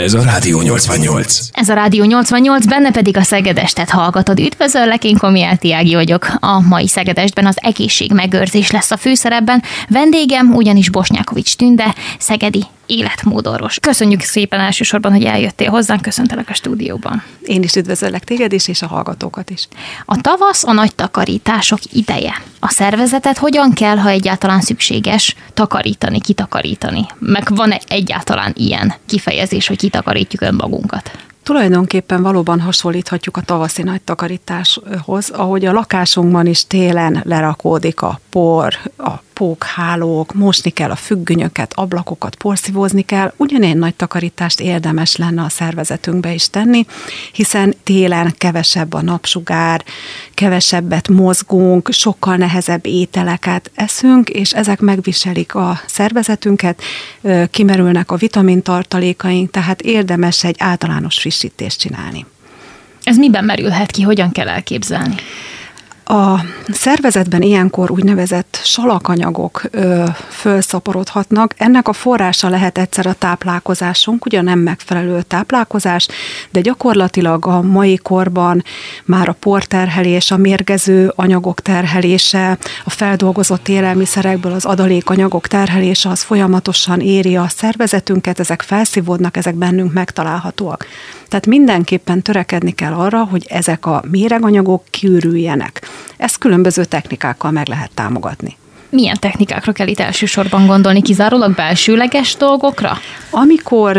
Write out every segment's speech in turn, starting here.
Ez a Rádió 88. Ez a Rádió 88, benne pedig a Szegedestet hallgatod. Üdvözöllek, én Komiáti Ági vagyok. A mai Szegedestben az egészségmegőrzés lesz a főszerepben. Vendégem ugyanis Bosnyákovics Tünde, szegedi életmódorvos. Köszönjük szépen elsősorban, hogy eljöttél hozzánk, köszöntelek a stúdióban. Én is üdvözöllek téged is, és a hallgatókat is. A tavasz a nagy takarítások ideje. A szervezetet hogyan kell, ha egyáltalán szükséges kitakarítani? Meg van egyáltalán ilyen kifejezés, hogy kitakarítjuk önmagunkat? Tulajdonképpen valóban hasonlíthatjuk a tavaszi nagy takarításhoz, ahogy a lakásunkban is télen lerakódik a por, a pókhálók, mosni kell a függönyöket, ablakokat, porszívózni kell. Ugyanilyen nagy takarítást érdemes lenne a szervezetünkbe is tenni, hiszen télen kevesebb a napsugár, kevesebbet mozgunk, sokkal nehezebb ételeket eszünk, és ezek megviselik a szervezetünket, kimerülnek a vitamintartalékaink, tehát érdemes egy általános frissítést csinálni. Ez miben merülhet ki, hogyan kell elképzelni? A szervezetben ilyenkor úgynevezett salakanyagok fölszaporodhatnak. Ennek a forrása lehet egyszer a táplálkozásunk, ugye nem megfelelő táplálkozás, de gyakorlatilag a mai korban már a porterhelés, a mérgező anyagok terhelése, a feldolgozott élelmiszerekből az adalékanyagok terhelése, az folyamatosan éri a szervezetünket, ezek felszívódnak, ezek bennünk megtalálhatóak. Tehát mindenképpen törekedni kell arra, hogy ezek a méreganyagok kiürüljenek. Ezt különböző technikákkal meg lehet támogatni. Milyen technikákra kell itt elsősorban gondolni? Kizárólag belsőleges dolgokra? Amikor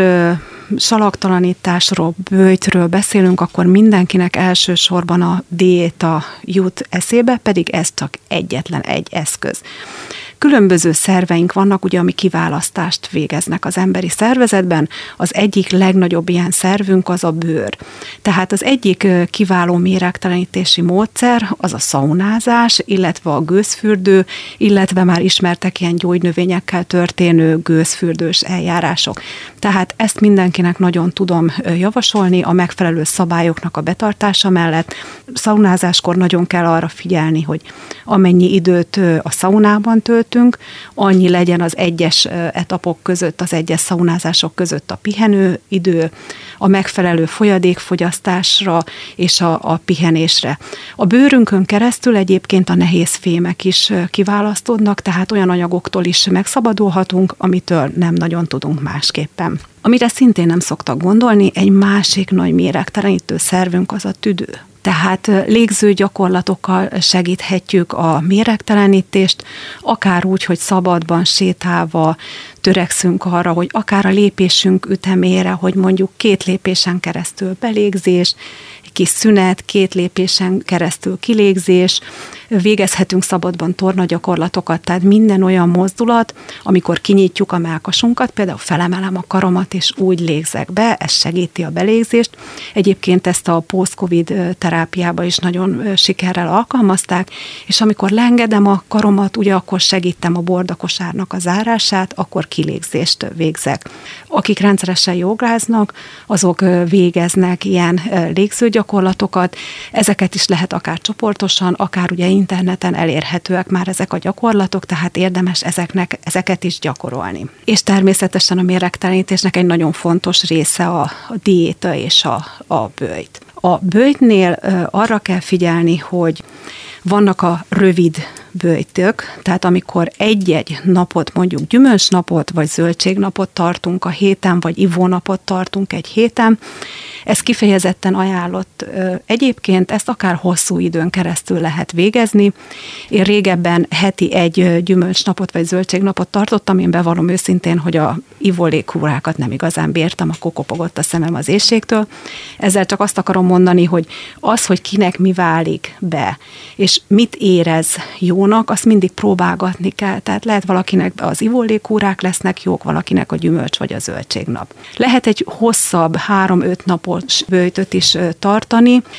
salaktalanításról, böjtről beszélünk, akkor mindenkinek elsősorban a diéta jut eszébe, pedig ez csak egyetlen egy eszköz. Különböző szerveink vannak, ugye, ami kiválasztást végeznek az emberi szervezetben. Az egyik legnagyobb ilyen szervünk az a bőr. Tehát az egyik kiváló méregtelenítési módszer az a szaunázás, illetve a gőzfürdő, illetve már ismertek ilyen gyógynövényekkel történő gőzfürdős eljárások. Tehát ezt mindenkinek nagyon tudom javasolni a megfelelő szabályoknak a betartása mellett. Szaunázáskor nagyon kell arra figyelni, hogy amennyi időt a szaunában töltünk, annyi legyen az egyes etapok között, az egyes szaunázások között a pihenő idő, a megfelelő folyadékfogyasztásra és a pihenésre. A bőrünkön keresztül egyébként a nehéz fémek is kiválasztódnak, tehát olyan anyagoktól is megszabadulhatunk, amitől nem nagyon tudunk másképpen. Amire szintén nem szoktak gondolni, egy másik nagy méregtelenítő szervünk az a tüdő. Tehát légző gyakorlatokkal segíthetjük a méregtelenítést, akár úgy, hogy szabadban sétálva törekszünk arra, hogy akár a lépésünk ütemére, hogy mondjuk 2 lépésen keresztül belégzés, egy kis szünet, 2 lépésen keresztül kilégzés, végezhetünk szabadban tornagyakorlatokat, tehát minden olyan mozdulat, amikor kinyitjuk a mellkasunkat, például felemelem a karomat, és úgy légzek be, ez segíti a belégzést. Egyébként ezt a post-covid terápiába is nagyon sikerrel alkalmazták, és amikor leengedem a karomat, ugye akkor segítem a bordakosárnak a zárását, akkor kilégzést végzek. Akik rendszeresen jogáznak, azok végeznek ilyen légzőgyakorlatokat, ezeket is lehet akár csoportosan, akár ugye interneten elérhetőek már ezek a gyakorlatok, tehát érdemes ezeket is gyakorolni. És természetesen a méregtelenítésnek egy nagyon fontos része a diéta és a böjt. A böjtnél arra kell figyelni, hogy vannak a rövid böjtök, tehát amikor egy-egy napot, mondjuk gyümölcsnapot, vagy zöldségnapot tartunk a héten, vagy ivónapot tartunk egy héten, ez kifejezetten ajánlott. Egyébként ezt akár hosszú időn keresztül lehet végezni. Én régebben heti egy gyümölcsnapot vagy zöldségnapot tartottam, én bevallom őszintén, hogy a ivólékkúrákat nem igazán bírtam, akkor kopogott a szemem az éhségtől. Ezzel csak azt akarom mondani, hogy az, hogy kinek mi válik be, és mit érez jónak, azt mindig próbálgatni kell. Tehát lehet valakinek az ivólékkúrák lesznek jók, valakinek a gyümölcs vagy a zöldségnap. Lehet egy hosszabb 3-5 napos böjtöt is tartani,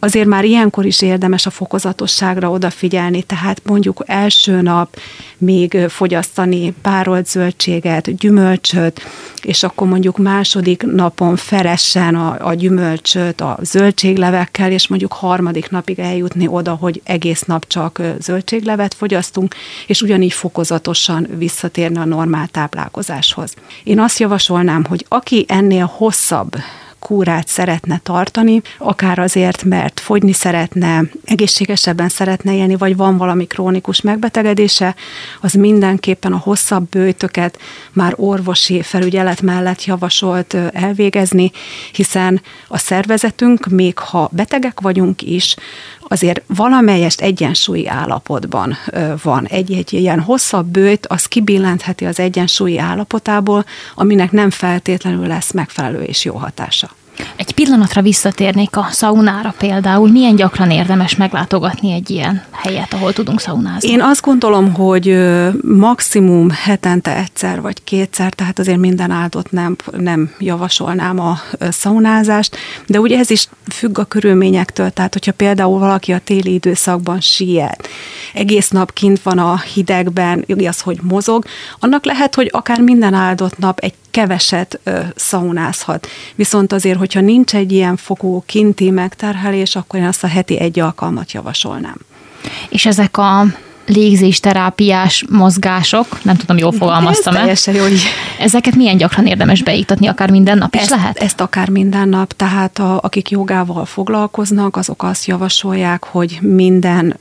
azért már ilyenkor is érdemes a fokozatosságra odafigyelni, tehát mondjuk első nap még fogyasztani párolt zöldséget, gyümölcsöt, és akkor mondjuk második napon feresen a gyümölcsöt a zöldséglevekkel, és mondjuk harmadik napig eljutni oda, hogy egész nap csak zöldséglevet fogyasztunk, és ugyanígy fokozatosan visszatérni a normál táplálkozáshoz. Én azt javasolnám, hogy aki ennél hosszabb kúrát szeretne tartani, akár azért, mert fogyni szeretne, egészségesebben szeretne élni, vagy van valami krónikus megbetegedése, az mindenképpen a hosszabb böjtöket már orvosi felügyelet mellett javasolt elvégezni, hiszen a szervezetünk, még ha betegek vagyunk is, azért valamelyest egyensúlyi állapotban van. Egy ilyen hosszabb böjt, az kibillentheti az egyensúlyi állapotából, aminek nem feltétlenül lesz megfelelő és jó hatása. Egy pillanatra visszatérnék a szaunára például. Milyen gyakran érdemes meglátogatni egy ilyen helyet, ahol tudunk szaunázni? Én azt gondolom, hogy maximum hetente egyszer vagy kétszer, tehát azért minden áldott nem javasolnám a szaunázást, de ugye ez is függ a körülményektől, tehát hogyha például valaki a téli időszakban siet, egész nap kint van a hidegben, igaz, hogy mozog, annak lehet, hogy akár minden áldott nap egy keveset szaunázhat. Viszont azért, hogyha nincs egy ilyen fokú kinti megterhelés, akkor én azt a heti egy alkalmat javasolnám. És ezek a légzésterápiás mozgások, nem tudom, jól fogalmaztam-e? Teljesen jó. Ezeket milyen gyakran érdemes beiktatni, akár minden nap is lehet? Ezt akár minden nap, tehát akik jogával foglalkoznak, azok azt javasolják, hogy minden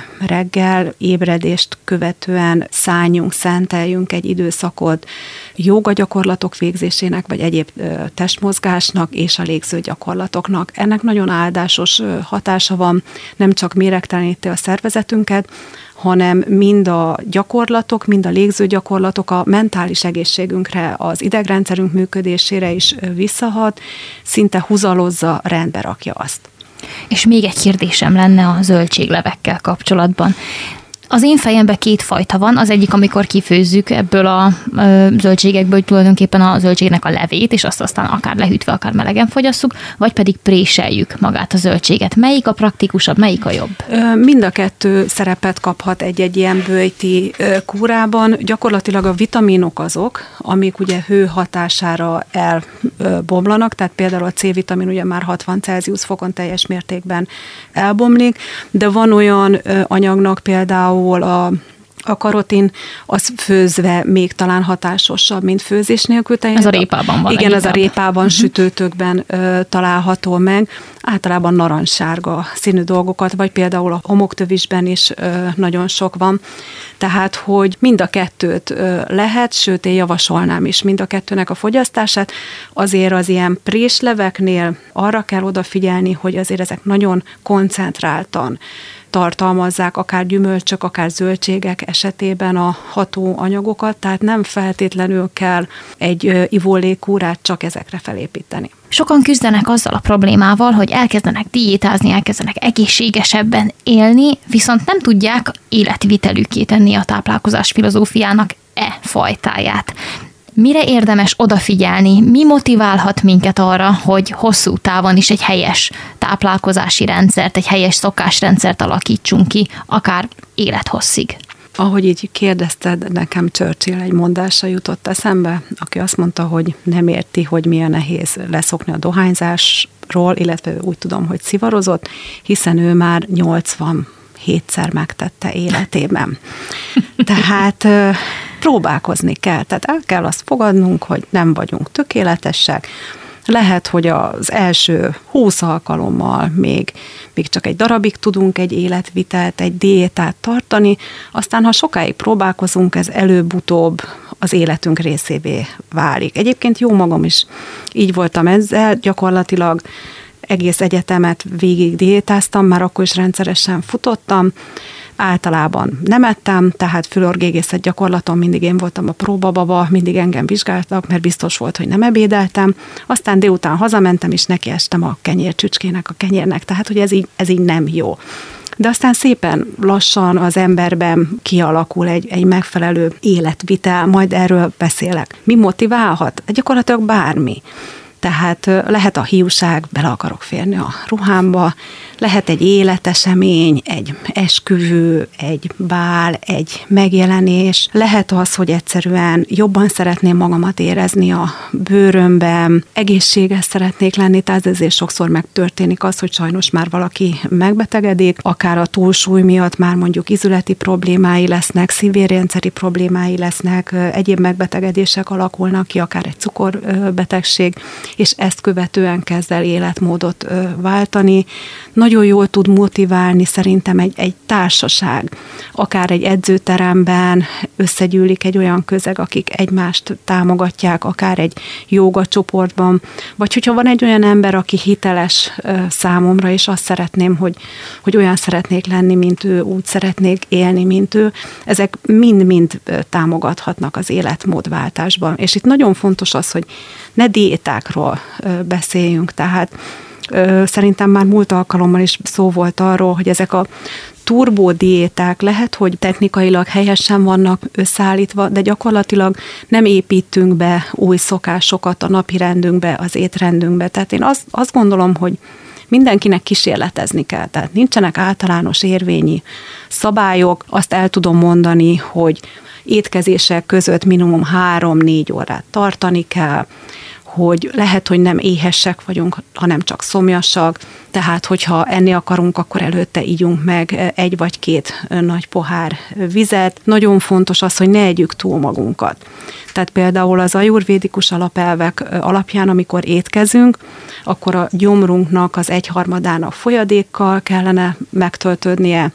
reggel ébredést követően szenteljünk egy időszakot jóga gyakorlatok végzésének, vagy egyéb testmozgásnak és a légző gyakorlatoknak. Ennek nagyon áldásos hatása van, nem csak méregteleníti a szervezetünket, hanem mind a gyakorlatok, mind a légző gyakorlatok a mentális egészségünkre, az idegrendszerünk működésére is visszahat, szinte húzalozza, rendbe rakja azt. És még egy kérdésem lenne a zöldséglevekkel kapcsolatban. Az én fejemben két fajta van, az egyik, amikor kifőzzük ebből a zöldségekből tulajdonképpen a zöldségnek a levét, és azt aztán akár lehűtve, akár melegen fogyasszuk, vagy pedig préseljük magát a zöldséget. Melyik a praktikusabb, melyik a jobb? Mind a kettő szerepet kaphat egy ilyen böjti kúrában. Gyakorlatilag a vitaminok azok, amik ugye hő hatására elbomlanak, tehát például a C-vitamin ugye már 60 Celsius fokon teljes mértékben elbomlik, de van olyan anyagnak például a karotin, az főzve még talán hatásosabb, mint főzés nélkül. Ez a répában van. Igen, ez a répában, sütőtökben található meg. Általában narancssárga színű dolgokat, vagy például a homoktövisben is nagyon sok van. Tehát, hogy mind a kettőt lehet, sőt, én javasolnám is mind a kettőnek a fogyasztását. Azért az ilyen présleveknél arra kell odafigyelni, hogy azért ezek nagyon koncentráltan tartalmazzák akár gyümölcsök, akár zöldségek esetében a hatóanyagokat, tehát nem feltétlenül kell egy ivólékkúrát csak ezekre felépíteni. Sokan küzdenek azzal a problémával, hogy elkezdenek diétázni, elkezdenek egészségesebben élni, viszont nem tudják életvitelükké tenni a táplálkozás filozófiának fajtáját. Mire érdemes odafigyelni? Mi motiválhat minket arra, hogy hosszú távon is egy helyes táplálkozási rendszert, egy helyes szokásrendszert alakítsunk ki, akár élethosszig? Ahogy így kérdezted, nekem Churchill egy mondása jutott eszembe, aki azt mondta, hogy nem érti, hogy milyen nehéz leszokni a dohányzásról, illetve úgy tudom, hogy szivarozott, hiszen ő már 87-szer megtette életében. Tehát próbálkozni kell, tehát el kell azt fogadnunk, hogy nem vagyunk tökéletesek. Lehet, hogy az első 20 alkalommal még csak egy darabig tudunk egy életvitelt, egy diétát tartani, aztán ha sokáig próbálkozunk, ez előbb-utóbb az életünk részévé válik. Egyébként jó magam is így voltam ezzel, gyakorlatilag egész egyetemet végig diétáztam, már akkor is rendszeresen futottam, általában nem ettem, tehát fülorgégészet gyakorlaton mindig én voltam a próbababa, mindig engem vizsgáltak, mert biztos volt, hogy nem ebédeltem. Aztán délután hazamentem, és nekiestem a kenyércsücskének, a kenyérnek, tehát hogy ez így nem jó. De aztán szépen lassan az emberben kialakul egy megfelelő életvitel, majd erről beszélek. Mi motiválhat? Gyakorlatilag bármi. Tehát lehet a hiúság, bele akarok férni a ruhámba, lehet egy életesemény, egy esküvő, egy bál, egy megjelenés, lehet az, hogy egyszerűen jobban szeretném magamat érezni a bőrömben, egészséges szeretnék lenni, tehát ezért sokszor megtörténik az, hogy sajnos már valaki megbetegedik, akár a túlsúly miatt már mondjuk izületi problémái lesznek, szívérrendszeri problémái lesznek, egyéb megbetegedések alakulnak ki, akár egy cukorbetegség, és ezt követően kezd el életmódot váltani. Nagyon jól tud motiválni szerintem egy társaság, akár egy edzőteremben összegyűlik egy olyan közeg, akik egymást támogatják, akár egy jóga csoportban, vagy hogyha van egy olyan ember, aki hiteles számomra, és azt szeretném, hogy olyan szeretnék lenni, mint ő, úgy szeretnék élni, mint ő, ezek mind-mind támogathatnak az életmódváltásban. És itt nagyon fontos az, hogy ne diétákról beszéljünk, tehát szerintem már múlt alkalommal is szó volt arról, hogy ezek a turbódiéták lehet, hogy technikailag helyesen vannak összeállítva, de gyakorlatilag nem építünk be új szokásokat a napi rendünkbe, az étrendünkbe. Tehát én azt gondolom, hogy mindenkinek kísérletezni kell. Tehát nincsenek általános érvényi szabályok. Azt el tudom mondani, hogy étkezések között minimum 3-4 órát tartani kell, hogy lehet, hogy nem éhesek vagyunk, hanem csak szomjasak, tehát hogyha enni akarunk, akkor előtte ígyunk meg 1 vagy 2 nagy pohár vizet. Nagyon fontos az, hogy ne együk túl magunkat. Tehát például az ajurvédikus alapelvek alapján, amikor étkezünk, akkor a gyomrunknak az 1/3 folyadékkal kellene megtöltődnie,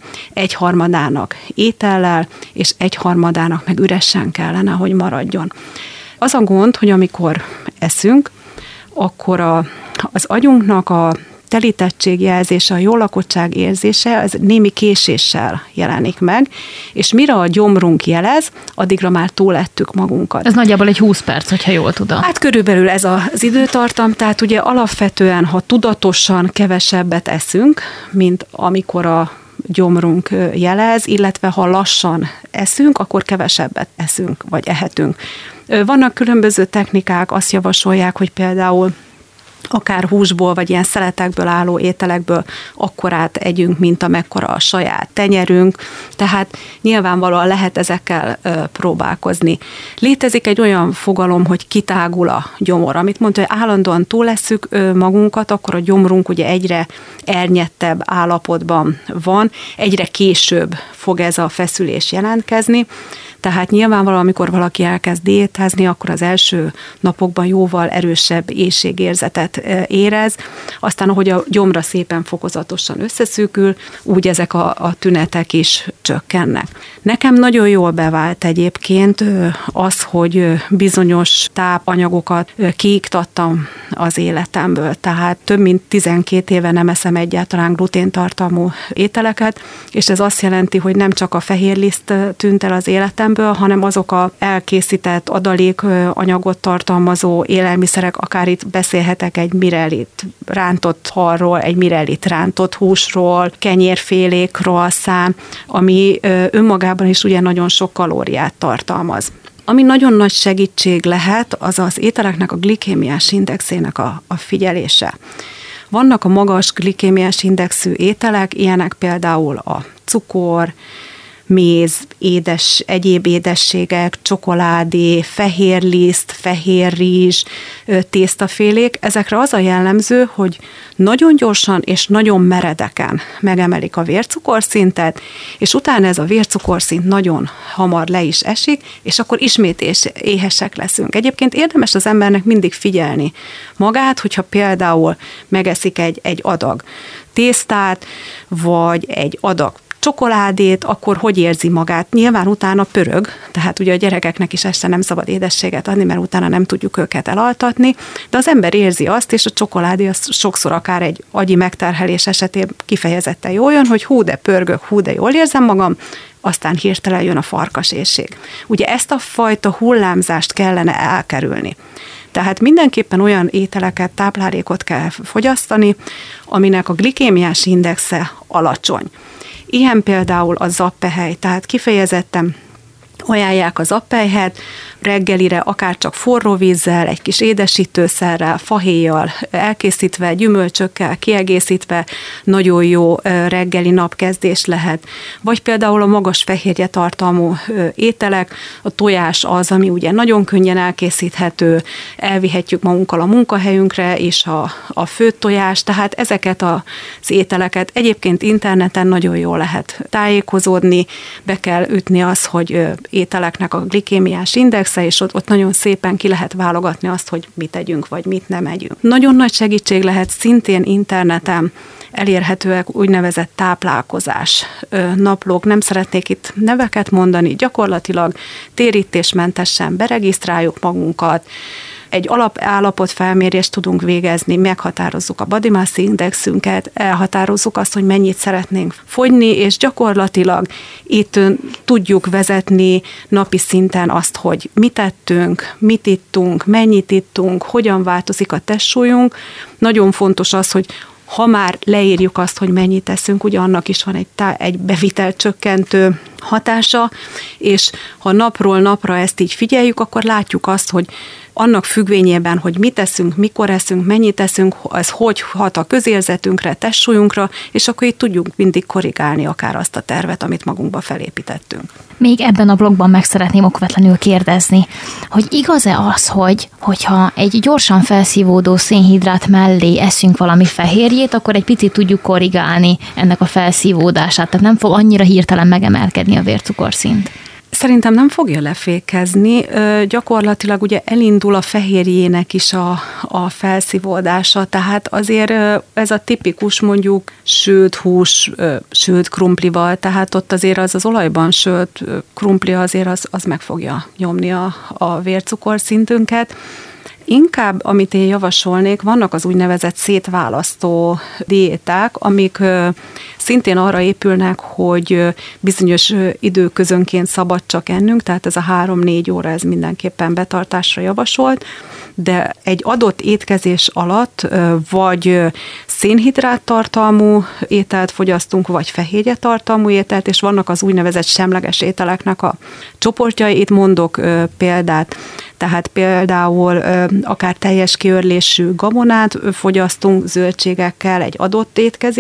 1/3 étellel, és 1/3 meg üresen kellene, hogy maradjon. Az a gond, hogy amikor eszünk, akkor az agyunknak a telítettségjelzése, a jólakottság érzése, az némi késéssel jelenik meg, és mire a gyomrunk jelez, addigra már túlettük magunkat. Ez nagyjából egy 20 perc, hogyha jól tudom. Hát körülbelül ez az időtartam, tehát ugye alapvetően, ha tudatosan kevesebbet eszünk, mint amikor a gyomrunk jelez, illetve ha lassan eszünk, akkor kevesebbet eszünk, vagy ehetünk. Vannak különböző technikák, azt javasolják, hogy például akár húsból, vagy ilyen szeletekből álló ételekből akkorát együnk, mint amekkora a saját tenyerünk, tehát nyilvánvalóan lehet ezekkel próbálkozni. Létezik egy olyan fogalom, hogy kitágul a gyomor, amit mondta, hogy állandóan túlesszük magunkat, akkor a gyomrunk ugye egyre ernyettebb állapotban van, egyre később fog ez a feszülés jelentkezni, tehát nyilvánvalóan, amikor valaki elkezd diétázni, akkor az első napokban jóval erősebb éhségérzetet érez, aztán ahogy a gyomra szépen fokozatosan összeszűkül, úgy ezek a tünetek is csökkennek. Nekem nagyon jól bevált egyébként az, hogy bizonyos tápanyagokat kiiktattam az életemből, tehát több mint 12 éve nem eszem egyáltalán gluténtartalmú ételeket, és ez azt jelenti, hogy nem csak a fehérliszt tűnt el az életemből, hanem azok a elkészített adalékanyagot tartalmazó élelmiszerek, akár itt beszélhetek egy mirelit rántott halról, egy mirelit rántott húsról, kenyérfélék, croissant, ami önmagában is ugye nagyon sok kalóriát tartalmaz. Ami nagyon nagy segítség lehet, az az ételeknek a glikémiás indexének a figyelése. Vannak a magas glikémiás indexű ételek, ilyenek például a cukor, méz, egyéb édességek, csokoládé, fehérliszt, fehérrizs, tésztafélék. Ezekre az a jellemző, hogy nagyon gyorsan és nagyon meredeken megemelik a vércukorszintet, és utána ez a vércukorszint nagyon hamar le is esik, és akkor ismét éhesek leszünk. Egyébként érdemes az embernek mindig figyelni magát, hogyha például megeszik egy adag tésztát, vagy egy adag csokoládét, akkor hogy érzi magát? Nyilván utána pörög, tehát ugye a gyerekeknek is este nem szabad édességet adni, mert utána nem tudjuk őket elaltatni, de az ember érzi azt, és a csokoládé az sokszor akár egy agyi megterhelés esetén kifejezetten jól jön, hogy hú, de pörgök, hú, de jól érzem magam, aztán hirtelen jön a farkaséhség. Ugye ezt a fajta hullámzást kellene elkerülni. Tehát mindenképpen olyan ételeket, táplálékot kell fogyasztani, aminek a glikémiás indexe alacsony. Ilyen például a zappehely, tehát kifejezetten ajánlják az appelyhet, reggelire akár csak forró vízzel, egy kis édesítőszerrel, fahéjjal elkészítve, gyümölcsökkel kiegészítve nagyon jó reggeli napkezdés lehet. Vagy például a magas fehérje tartalmú ételek, a tojás az, ami ugye nagyon könnyen elkészíthető, elvihetjük magunkkal a munkahelyünkre, és a főtt tojás, tehát ezeket az ételeket egyébként interneten nagyon jól lehet tájékozódni, be kell ütni azt, hogy ételeknek a glikémiás indexe, és ott nagyon szépen ki lehet válogatni azt, hogy mit tegyünk, vagy mit nem együnk. Nagyon nagy segítség lehet szintén interneten elérhetőek úgynevezett táplálkozás naplók. Nem szeretnék itt neveket mondani, gyakorlatilag térítésmentesen beregisztráljuk magunkat, egy alapállapot felmérést tudunk végezni, meghatározzuk a body mass indexünket, elhatározzuk azt, hogy mennyit szeretnénk fogyni, és gyakorlatilag itt tudjuk vezetni napi szinten azt, hogy mit ettünk, mit ittunk, mennyit ittunk, hogyan változik a testsúlyunk. Nagyon fontos az, hogy ha már leírjuk azt, hogy mennyit teszünk, ugye annak is van egy bevitelcsökkentő hatása, és ha napról napra ezt így figyeljük, akkor látjuk azt, hogy annak függvényében, hogy mit eszünk, mikor eszünk, mennyit eszünk, ez hogy hat a közérzetünkre, testsúlyunkra, és akkor itt tudjuk mindig korrigálni akár azt a tervet, amit magunkba felépítettünk. Még ebben a blogban meg szeretném okvetlenül kérdezni, hogy igaz-e az, hogyha egy gyorsan felszívódó szénhidrát mellé eszünk valami fehérjét, akkor egy picit tudjuk korrigálni ennek a felszívódását, tehát nem fog annyira hirtelen megemelkedni a vércukorszint? Szerintem nem fogja lefékezni, gyakorlatilag ugye elindul a fehérjének is a felszívódása, tehát azért ez a tipikus mondjuk sült hús, sült krumplival, tehát ott azért az olajban sült krumpli azért az meg fogja nyomni a vércukorszintünket. Inkább, amit én javasolnék, vannak az úgynevezett szétválasztó diéták, amik szintén arra épülnek, hogy bizonyos időközönként szabad csak ennünk, tehát ez a 3-4 óra, ez mindenképpen betartásra javasolt, de egy adott étkezés alatt vagy szénhidrát tartalmú ételt fogyasztunk, vagy fehérje tartalmú ételt, és vannak az úgynevezett semleges ételeknek a csoportjai, itt mondok példát, tehát például akár teljes kiörlésű gabonát fogyasztunk zöldségekkel egy adott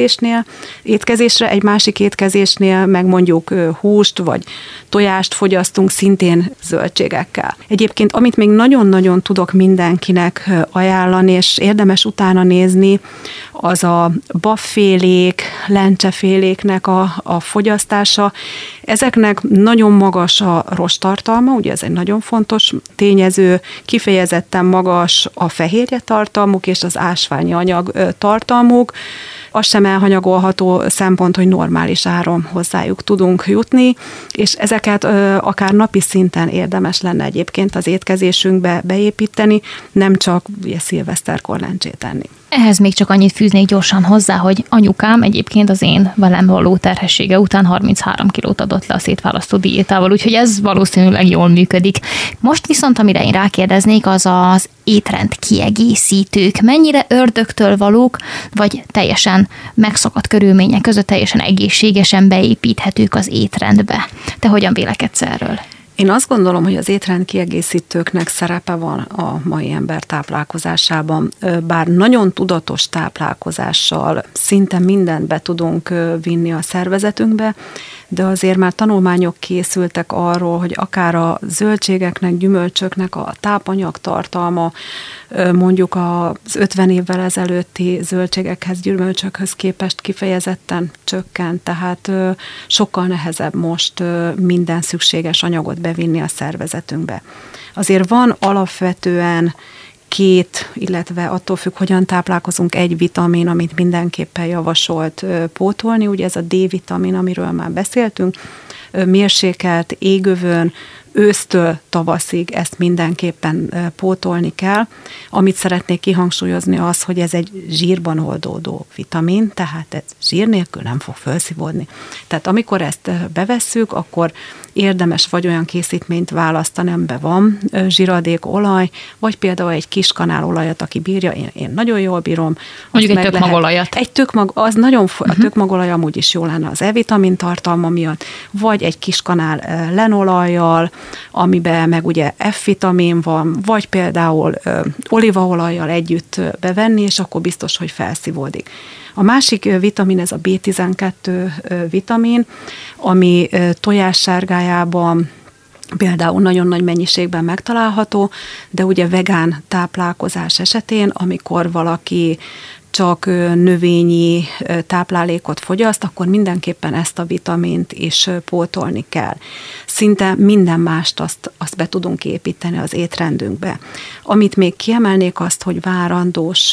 étkezésre, egy másik étkezésnél meg mondjuk húst vagy tojást fogyasztunk szintén zöldségekkel. Egyébként, amit még nagyon-nagyon tudok mindenkinek ajánlani, és érdemes utána nézni, az a babfélék, lencseféléknek a fogyasztása. Ezeknek nagyon magas a rosttartalma, ugye ez egy nagyon fontos tényező, kifejezetten magas a fehérje tartalmuk és az ásványi anyag tartalmuk. Az sem elhanyagolható szempont, hogy normális áron hozzájuk tudunk jutni, és ezeket akár napi szinten érdemes lenne egyébként az étkezésünkbe beépíteni, nem csak ugye szilveszterkor lencsét enni. Ehhez még csak annyit fűznék gyorsan hozzá, hogy anyukám egyébként az én velem való terhessége után 33 kilót adott le a szétválasztó diétával, úgyhogy ez valószínűleg jól működik. Most viszont, amire én rákérdeznék, az az étrend kiegészítők. Mennyire ördögtől valók, vagy teljesen megszakadt körülmények között teljesen egészségesen beépíthetők az étrendbe? Te hogyan vélekedsz erről? Én azt gondolom, hogy az étrend kiegészítőknek szerepe van a mai ember táplálkozásában, bár nagyon tudatos táplálkozással szinte mindent be tudunk vinni a szervezetünkbe, de azért már tanulmányok készültek arról, hogy akár a zöldségeknek, gyümölcsöknek a tápanyag tartalma mondjuk az 50 évvel ezelőtti zöldségekhez, gyümölcsökhöz képest kifejezetten csökkent, tehát sokkal nehezebb most minden szükséges anyagot bevinni a szervezetünkbe. Azért van alapvetően 2, illetve attól függ, hogyan táplálkozunk, egy vitamin, amit mindenképpen javasolt pótolni, ugye ez a D-vitamin, amiről már beszéltünk, mérsékelt égövön, ősztől tavaszig ezt mindenképpen pótolni kell. Amit szeretnék kihangsúlyozni az, hogy ez egy zsírban oldódó vitamin, tehát ez zsír nélkül nem fog felszívódni. Tehát amikor ezt bevesszük, akkor érdemes vagy olyan készítményt választani, amiben van zsíradék olaj, vagy például egy kis kanálolajat, aki bírja, én nagyon jól bírom. Mondjuk egy tökmagolajat. Egy tökmag, az nagyon, a tökmagolaj amúgy is jó lenne az E-vitamin tartalma miatt, vagy egy kis kanál lenolajjal, amiben meg ugye F-vitamin van, vagy például olívaolajjal együtt bevenni, és akkor biztos, hogy felszívódik. A másik vitamin, ez a B12 vitamin, ami tojássárgájában például nagyon nagy mennyiségben megtalálható, de ugye vegán táplálkozás esetén, amikor valaki csak növényi táplálékot fogyaszt, akkor mindenképpen ezt a vitamint is pótolni kell. Szinte minden mást azt be tudunk építeni az étrendünkbe. Amit még kiemelnék azt, hogy várandós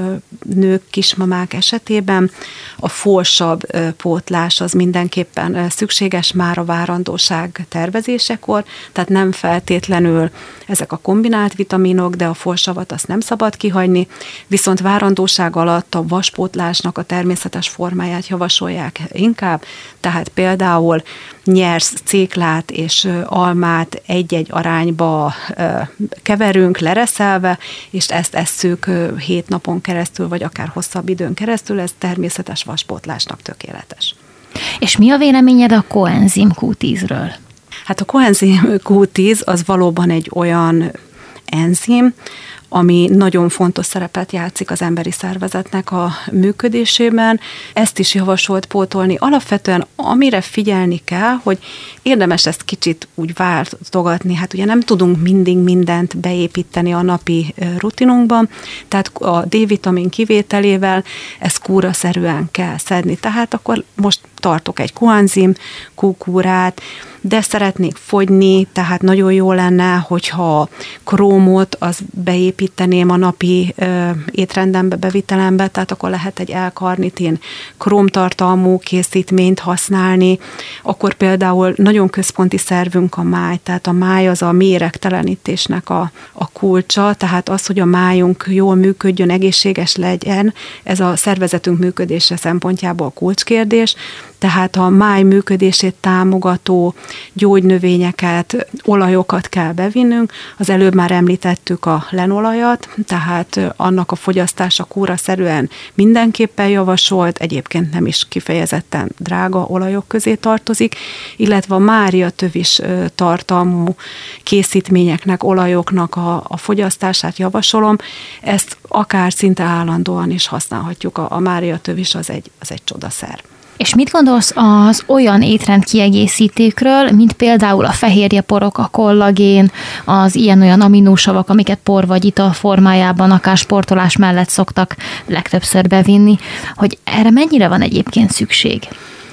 nők, kismamák esetében a folsabb pótlás az mindenképpen szükséges már a várandóság tervezésekor, tehát nem feltétlenül ezek a kombinált vitaminok, de a folsavat azt nem szabad kihagyni, viszont várandóság alatt a vaspótlásnak a természetes formáját javasolják inkább, tehát például nyers céklát és almát egy-egy arányba keverünk lereszelve, és ezt esszük 7 napon keresztül, vagy akár hosszabb időn keresztül, ez természetes vaspótlásnak tökéletes. És mi a véleményed a koenzim Q10-ről? Hát a koenzim Q10 az valóban egy olyan enzim, ami nagyon fontos szerepet játszik az emberi szervezetnek a működésében. Ezt is javasolt pótolni. Alapvetően amire figyelni kell, hogy érdemes ezt kicsit úgy váltogatni. Hát ugye nem tudunk mindig mindent beépíteni a napi rutinunkban, tehát a D-vitamin kivételével ezt kúraszerűen kell szedni. Tehát akkor most tartok egy koenzim Q-kúrát, de szeretnék fogyni, tehát nagyon jó lenne, hogyha krómot az beépíteném a napi étrendembe, bevitelembe, tehát akkor lehet egy L-karnitin krómtartalmú készítményt használni, akkor például nagyon központi szervünk a máj, tehát a máj az a méregtelenítésnek a kulcsa, tehát az, hogy a májunk jól működjön, egészséges legyen, ez a szervezetünk működése szempontjából kulcskérdés, tehát a máj működését támogató gyógynövényeket, olajokat kell bevinnünk. Az előbb már említettük a lenolajat, tehát annak a fogyasztása kúraszerűen mindenképpen javasolt, egyébként nem is kifejezetten drága olajok közé tartozik, illetve a máriatövis tartalmú készítményeknek, olajoknak a fogyasztását javasolom. Ezt akár szinte állandóan is használhatjuk. A máriatövis az egy csodaszer. És mit gondolsz az olyan étrendkiegészítőkről, mint például a fehérjeporok, a kollagén, az ilyen-olyan aminósavak, amiket por vagy ital formájában, akár sportolás mellett szoktak legtöbbször bevinni, hogy erre mennyire van egyébként szükség?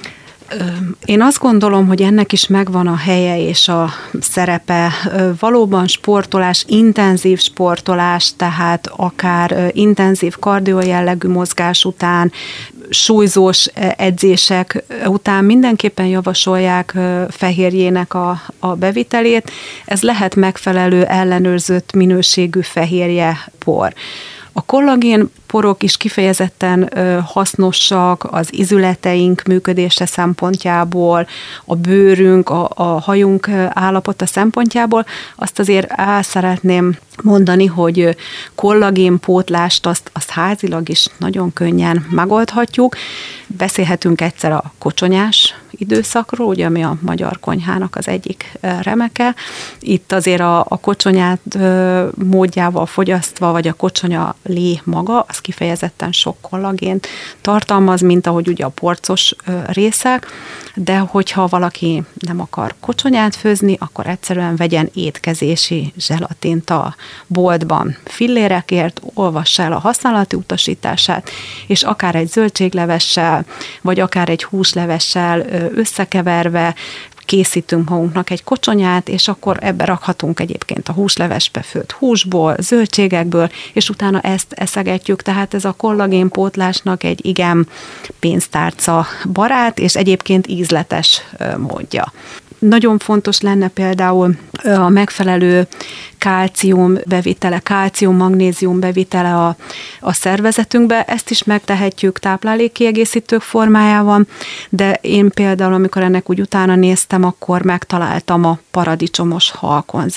Én azt gondolom, hogy ennek is megvan a helye és a szerepe. Valóban sportolás, intenzív sportolás, tehát akár intenzív kardio jellegű mozgás után, súlyzós edzések után mindenképpen javasolják fehérjének a bevitelét. Ez lehet megfelelő ellenőrzött minőségű fehérjepor. A kollagén porok is kifejezetten hasznosak az izületeink működése szempontjából, a bőrünk, a hajunk állapota szempontjából. Azt azért el szeretném mondani, hogy kollagénpótlást azt házilag is nagyon könnyen megoldhatjuk. Beszélhetünk egyszer a kocsonyás időszakról, ugye, ami a magyar konyhának az egyik remeke. Itt azért a kocsonyát módjával fogyasztva, vagy a kocsonyalé maga, az kifejezetten sok kollagént tartalmaz, mint ahogy ugye a porcos részek, de hogyha valaki nem akar kocsonyát főzni, akkor egyszerűen vegyen étkezési zselatint a boltban fillérekért, olvassa el a használati utasítását, és akár egy zöldséglevessel, vagy akár egy húslevessel összekeverve készítünk magunknak egy kocsonyát, és akkor ebbe rakhatunk egyébként a húslevesbe főtt húsból, zöldségekből, és utána ezt eszegetjük, tehát ez a kollagénpótlásnak egy igen pénztárca barát, és egyébként ízletes módja. Nagyon fontos lenne például a megfelelő kálcium bevitele, kálcium-magnézium bevitele a szervezetünkbe. Ezt is megtehetjük táplálékkiegészítők formájában, de én például, amikor ennek úgy utána néztem, akkor megtaláltam a paradicsomos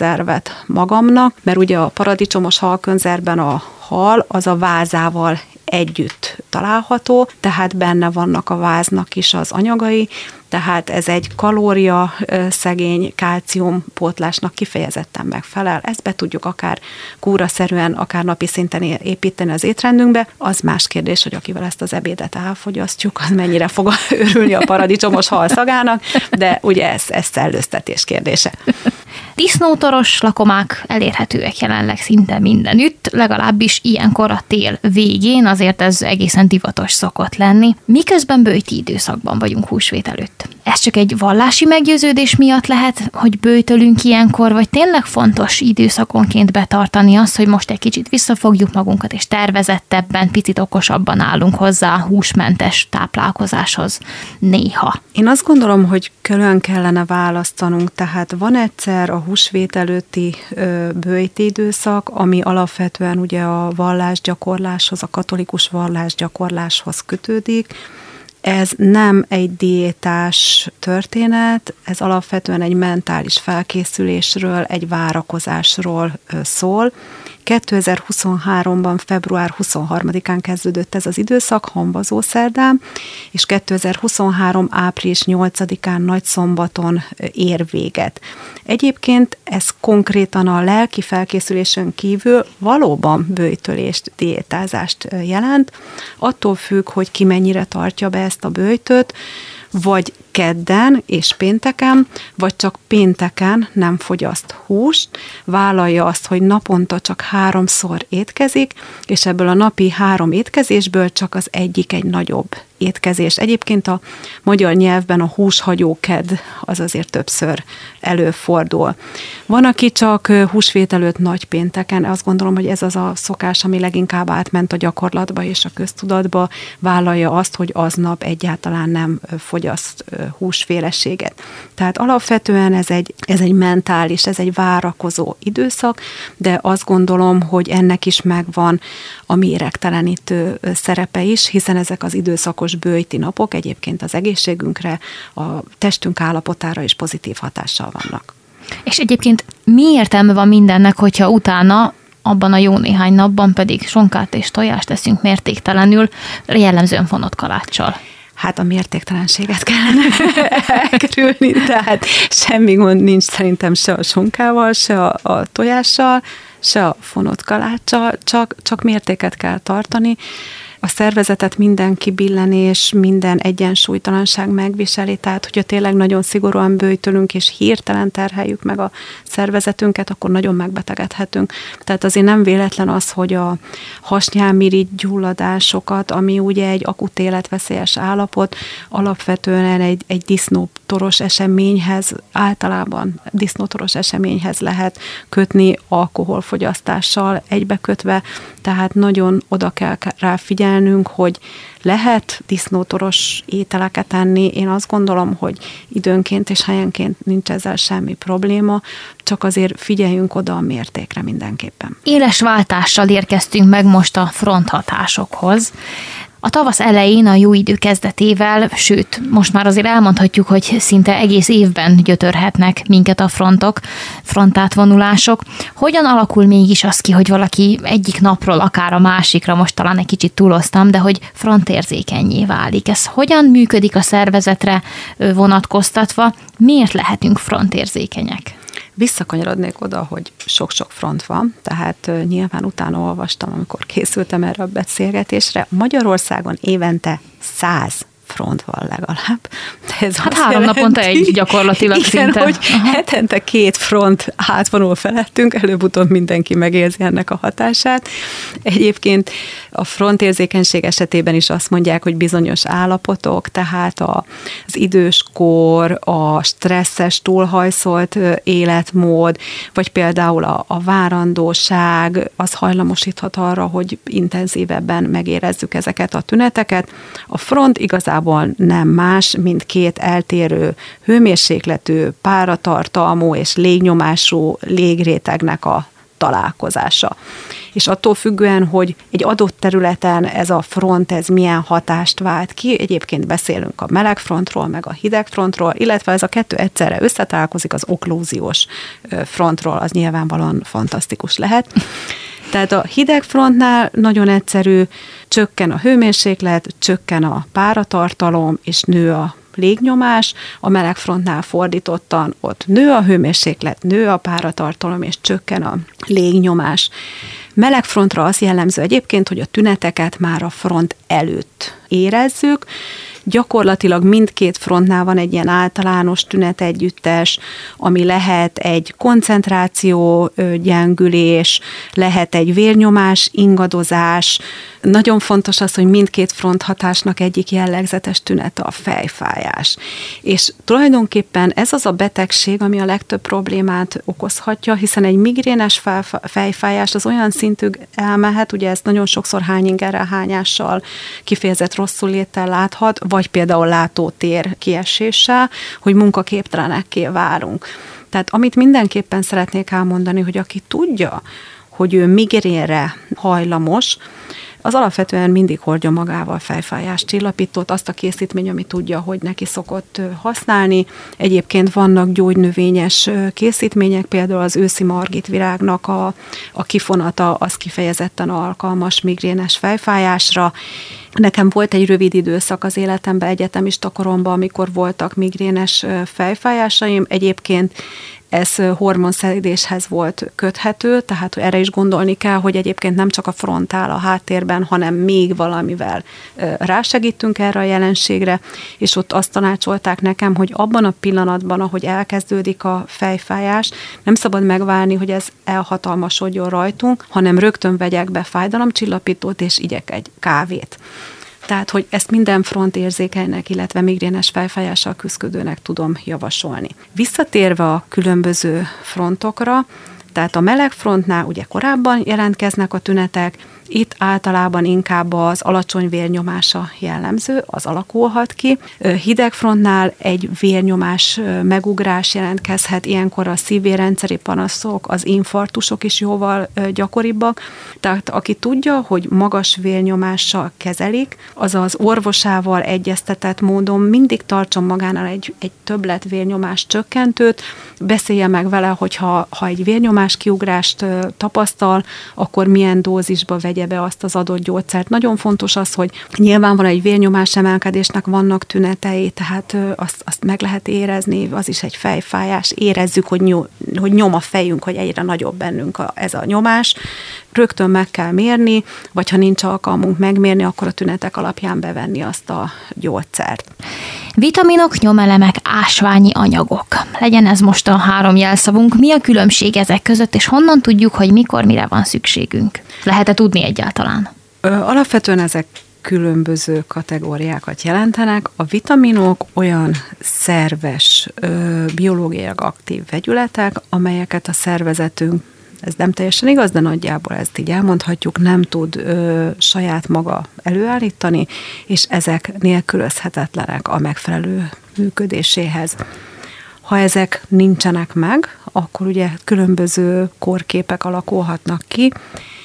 halkonzervet magamnak, mert ugye a paradicsomos halkonzervben a hal az a vázával együtt található, tehát benne vannak a váznak is az anyagai, tehát ez egy kalória szegény kálciumpótlásnak kifejezetten megfelel. Ezt be tudjuk akár kúraszerűen, akár napi szinten építeni az étrendünkbe. Az más kérdés, hogy akivel ezt az ebédet elfogyasztjuk, az mennyire fog örülni a paradicsomos hal szagának, de ugye ez szellőztetés kérdése. Disznótoros lakomák elérhetőek jelenleg szinte mindenütt, legalábbis ilyenkor a tél végén, azért ez egészen divatos szokott lenni. Miközben böjti időszakban vagyunk húsvét előtt. Ez csak egy vallási meggyőződés miatt lehet, hogy böjtölünk ilyenkor, vagy tényleg fontos időszakonként betartani azt, hogy most egy kicsit visszafogjuk magunkat, és tervezettebben, picit okosabban állunk hozzá a húsmentes táplálkozáshoz néha. Én azt gondolom, hogy külön kellene választanunk, tehát van egyszer a húsvét előtti böjti időszak, ami alapvetően ugye a vallásgyakorláshoz, a katolikus vallásgyakorláshoz kötődik. Ez nem egy diétás történet, ez alapvetően egy mentális felkészülésről, egy várakozásról szól. 2023-ban február 23-án kezdődött ez az időszak, Hamvazószerdán, és 2023 április 8-án Nagyszombaton ér véget. Egyébként ez konkrétan a lelki felkészülésen kívül valóban böjtölést, diétázást jelent. Attól függ, hogy ki mennyire tartja be ezt a böjtöt, vagy kedden és pénteken, vagy csak pénteken nem fogyaszt húst, vállalja azt, hogy naponta csak 3-szor étkezik, és ebből a napi 3 étkezésből csak az egyik egy nagyobb étkezés. Egyébként a magyar nyelvben a húshagyóked az azért többször előfordul. Van, aki csak húsvét előtt nagypénteken, azt gondolom, hogy ez az a szokás, ami leginkább átment a gyakorlatba és a köztudatba, vállalja azt, hogy aznap egyáltalán nem fogyaszt húsféleséget. Tehát alapvetően ez egy mentális, ez egy várakozó időszak, de azt gondolom, hogy ennek is megvan a méregtelenítő szerepe is, hiszen ezek az időszakos böjti napok egyébként az egészségünkre, a testünk állapotára is pozitív hatással vannak. És egyébként mi értelme van mindennek, hogyha utána abban a jó néhány napban pedig sonkát és tojást teszünk mértéktelenül, jellemzően fonott kaláccsal? Hát a mértéktelenséget kellene elkerülni, tehát semmi gond nincs szerintem se a sonkával, se a tojással, se a fonott kaláccsal, csak mértéket kell tartani. A szervezetet minden kibillenés, minden egyensúlytalanság megviseli, tehát hogyha tényleg nagyon szigorúan böjtölünk és hirtelen terheljük meg a szervezetünket, akkor nagyon megbetegedhetünk. Tehát azért nem véletlen az, hogy a hasnyálmirigy gyulladásokat, ami ugye egy akut életveszélyes állapot, alapvetően egy disznótoros eseményhez, általában disznótoros eseményhez lehet kötni alkoholfogyasztással egybekötve, tehát nagyon oda kell rá figyelnünk, hogy lehet disznótoros ételeket enni. Én azt gondolom, hogy időnként és helyenként nincs ezzel semmi probléma, csak azért figyeljünk oda a mértékre mindenképpen. Éles váltással érkeztünk meg most a fronthatásokhoz. A tavasz elején, a jó idő kezdetével, sőt, most már azért elmondhatjuk, hogy szinte egész évben gyötörhetnek minket a frontátvonulások. Hogyan alakul mégis az ki, hogy valaki egyik napról akár a másikra, most talán egy kicsit túloztam, de hogy frontérzékennyé válik? Ez hogyan működik a szervezetre vonatkoztatva? Miért lehetünk frontérzékenyek? Visszakanyarodnék oda, hogy sok-sok front van, tehát nyilván utána olvastam, amikor készültem erre a beszélgetésre. Magyarországon évente 100 front van legalább. De ez hát 3 naponta egy gyakorlatilag igen, szinte. Hogy hetente 2 front átvonul felettünk, előbb-utóbb mindenki megérzi ennek a hatását. Egyébként a frontérzékenység esetében is azt mondják, hogy bizonyos állapotok, tehát az időskor, a stresszes, túlhajszolt életmód, vagy például a várandóság, az hajlamosíthat arra, hogy intenzívebben megérezzük ezeket a tüneteket. A front igazából nem más, mint 2 eltérő hőmérsékletű, páratartalmú és légnyomású légrétegnek a találkozása. És attól függően, hogy egy adott területen ez a front, ez milyen hatást vált ki, egyébként beszélünk a meleg frontról, meg a hideg frontról, illetve ez a 2 egyszerre összetalálkozik, az oklúziós frontról, az nyilvánvalóan fantasztikus lehet. Tehát a hidegfrontnál nagyon egyszerű, csökken a hőmérséklet, csökken a páratartalom, és nő a légnyomás, a melegfrontnál fordítottan ott nő a hőmérséklet, nő a páratartalom, és csökken a légnyomás. Melegfrontra az jellemző egyébként, hogy a tüneteket már a front előtt érezzük. Gyakorlatilag mindkét frontnál van egy ilyen általános tünetegyüttes, ami lehet egy koncentráció gyengülés, lehet egy vérnyomás ingadozás. Nagyon fontos az, hogy mindkét fronthatásnak egyik jellegzetes tünete a fejfájás. És tulajdonképpen ez az a betegség, ami a legtöbb problémát okozhatja, hiszen egy migrénes fejfájás az olyan szintű elmehet, ugye ezt nagyon sokszor hányingerrel, hányással, kifejezett rosszulléttel láthat, vagy például látótér kieséssel, hogy munkaképtelenekké válunk. Tehát amit mindenképpen szeretnék elmondani, hogy aki tudja, hogy ő migrénre hajlamos, az alapvetően mindig hordja magával fejfájás csillapítót, azt a készítmény, ami tudja, hogy neki szokott használni. Egyébként vannak gyógynövényes készítmények, például az őszi margitvirágnak a kifonata, az kifejezetten alkalmas migrénes fejfájásra. Nekem volt egy rövid időszak az életemben, egyetemista koromban, amikor voltak migrénes fejfájásaim. Egyébként ez hormonszedéshez volt köthető, tehát erre is gondolni kell, hogy egyébként nem csak a front áll a háttérben, hanem még valamivel rásegítünk erre a jelenségre, és ott azt tanácsolták nekem, hogy abban a pillanatban, ahogy elkezdődik a fejfájás, nem szabad megvárni, hogy ez elhatalmasodjon rajtunk, hanem rögtön vegyek be fájdalomcsillapítót, és igyek egy kávét. Tehát, hogy ezt minden frontérzékenynek, illetve migrénes fejfájással küzdőnek tudom javasolni. Visszatérve a különböző frontokra, tehát a meleg frontnál ugye korábban jelentkeznek a tünetek, itt általában inkább az alacsony vérnyomása jellemző, az alakulhat ki. Hidegfrontnál egy vérnyomás megugrás jelentkezhet, ilyenkor a szívérrendszeri panaszok, az infarktusok is jóval gyakoribbak. Tehát aki tudja, hogy magas vérnyomással kezelik, az az orvosával egyeztetett módon mindig tartson magánál egy többlet vérnyomás csökkentőt, beszélje meg vele, hogyha egy vérnyomás kiugrást tapasztal, akkor milyen dózisba vegye be azt az adott gyógyszert. Nagyon fontos az, hogy nyilvánvalóan egy vérnyomás emelkedésnek vannak tünetei, tehát azt meg lehet érezni, az is egy fejfájás. Érezzük, hogy nyom a fejünk, hogy egyre nagyobb bennünk ez a nyomás. Rögtön meg kell mérni, vagy ha nincs alkalmunk megmérni, akkor a tünetek alapján bevenni azt a gyógyszert. Vitaminok, nyomelemek, ásványi anyagok. Legyen ez most a 3 jelszavunk. Mi a különbség ezek között, és honnan tudjuk, hogy mikor, mire van szükségünk? Lehet-e tudni egyáltalán? Alapvetően ezek különböző kategóriákat jelentenek. A vitaminok olyan szerves, biológiailag aktív vegyületek, amelyeket a szervezetünk, ez nem teljesen igaz, de nagyjából ezt így elmondhatjuk, nem tud saját maga előállítani, és ezek nélkülözhetetlenek a megfelelő működéséhez. Ha ezek nincsenek meg, akkor ugye különböző kórképek alakulhatnak ki.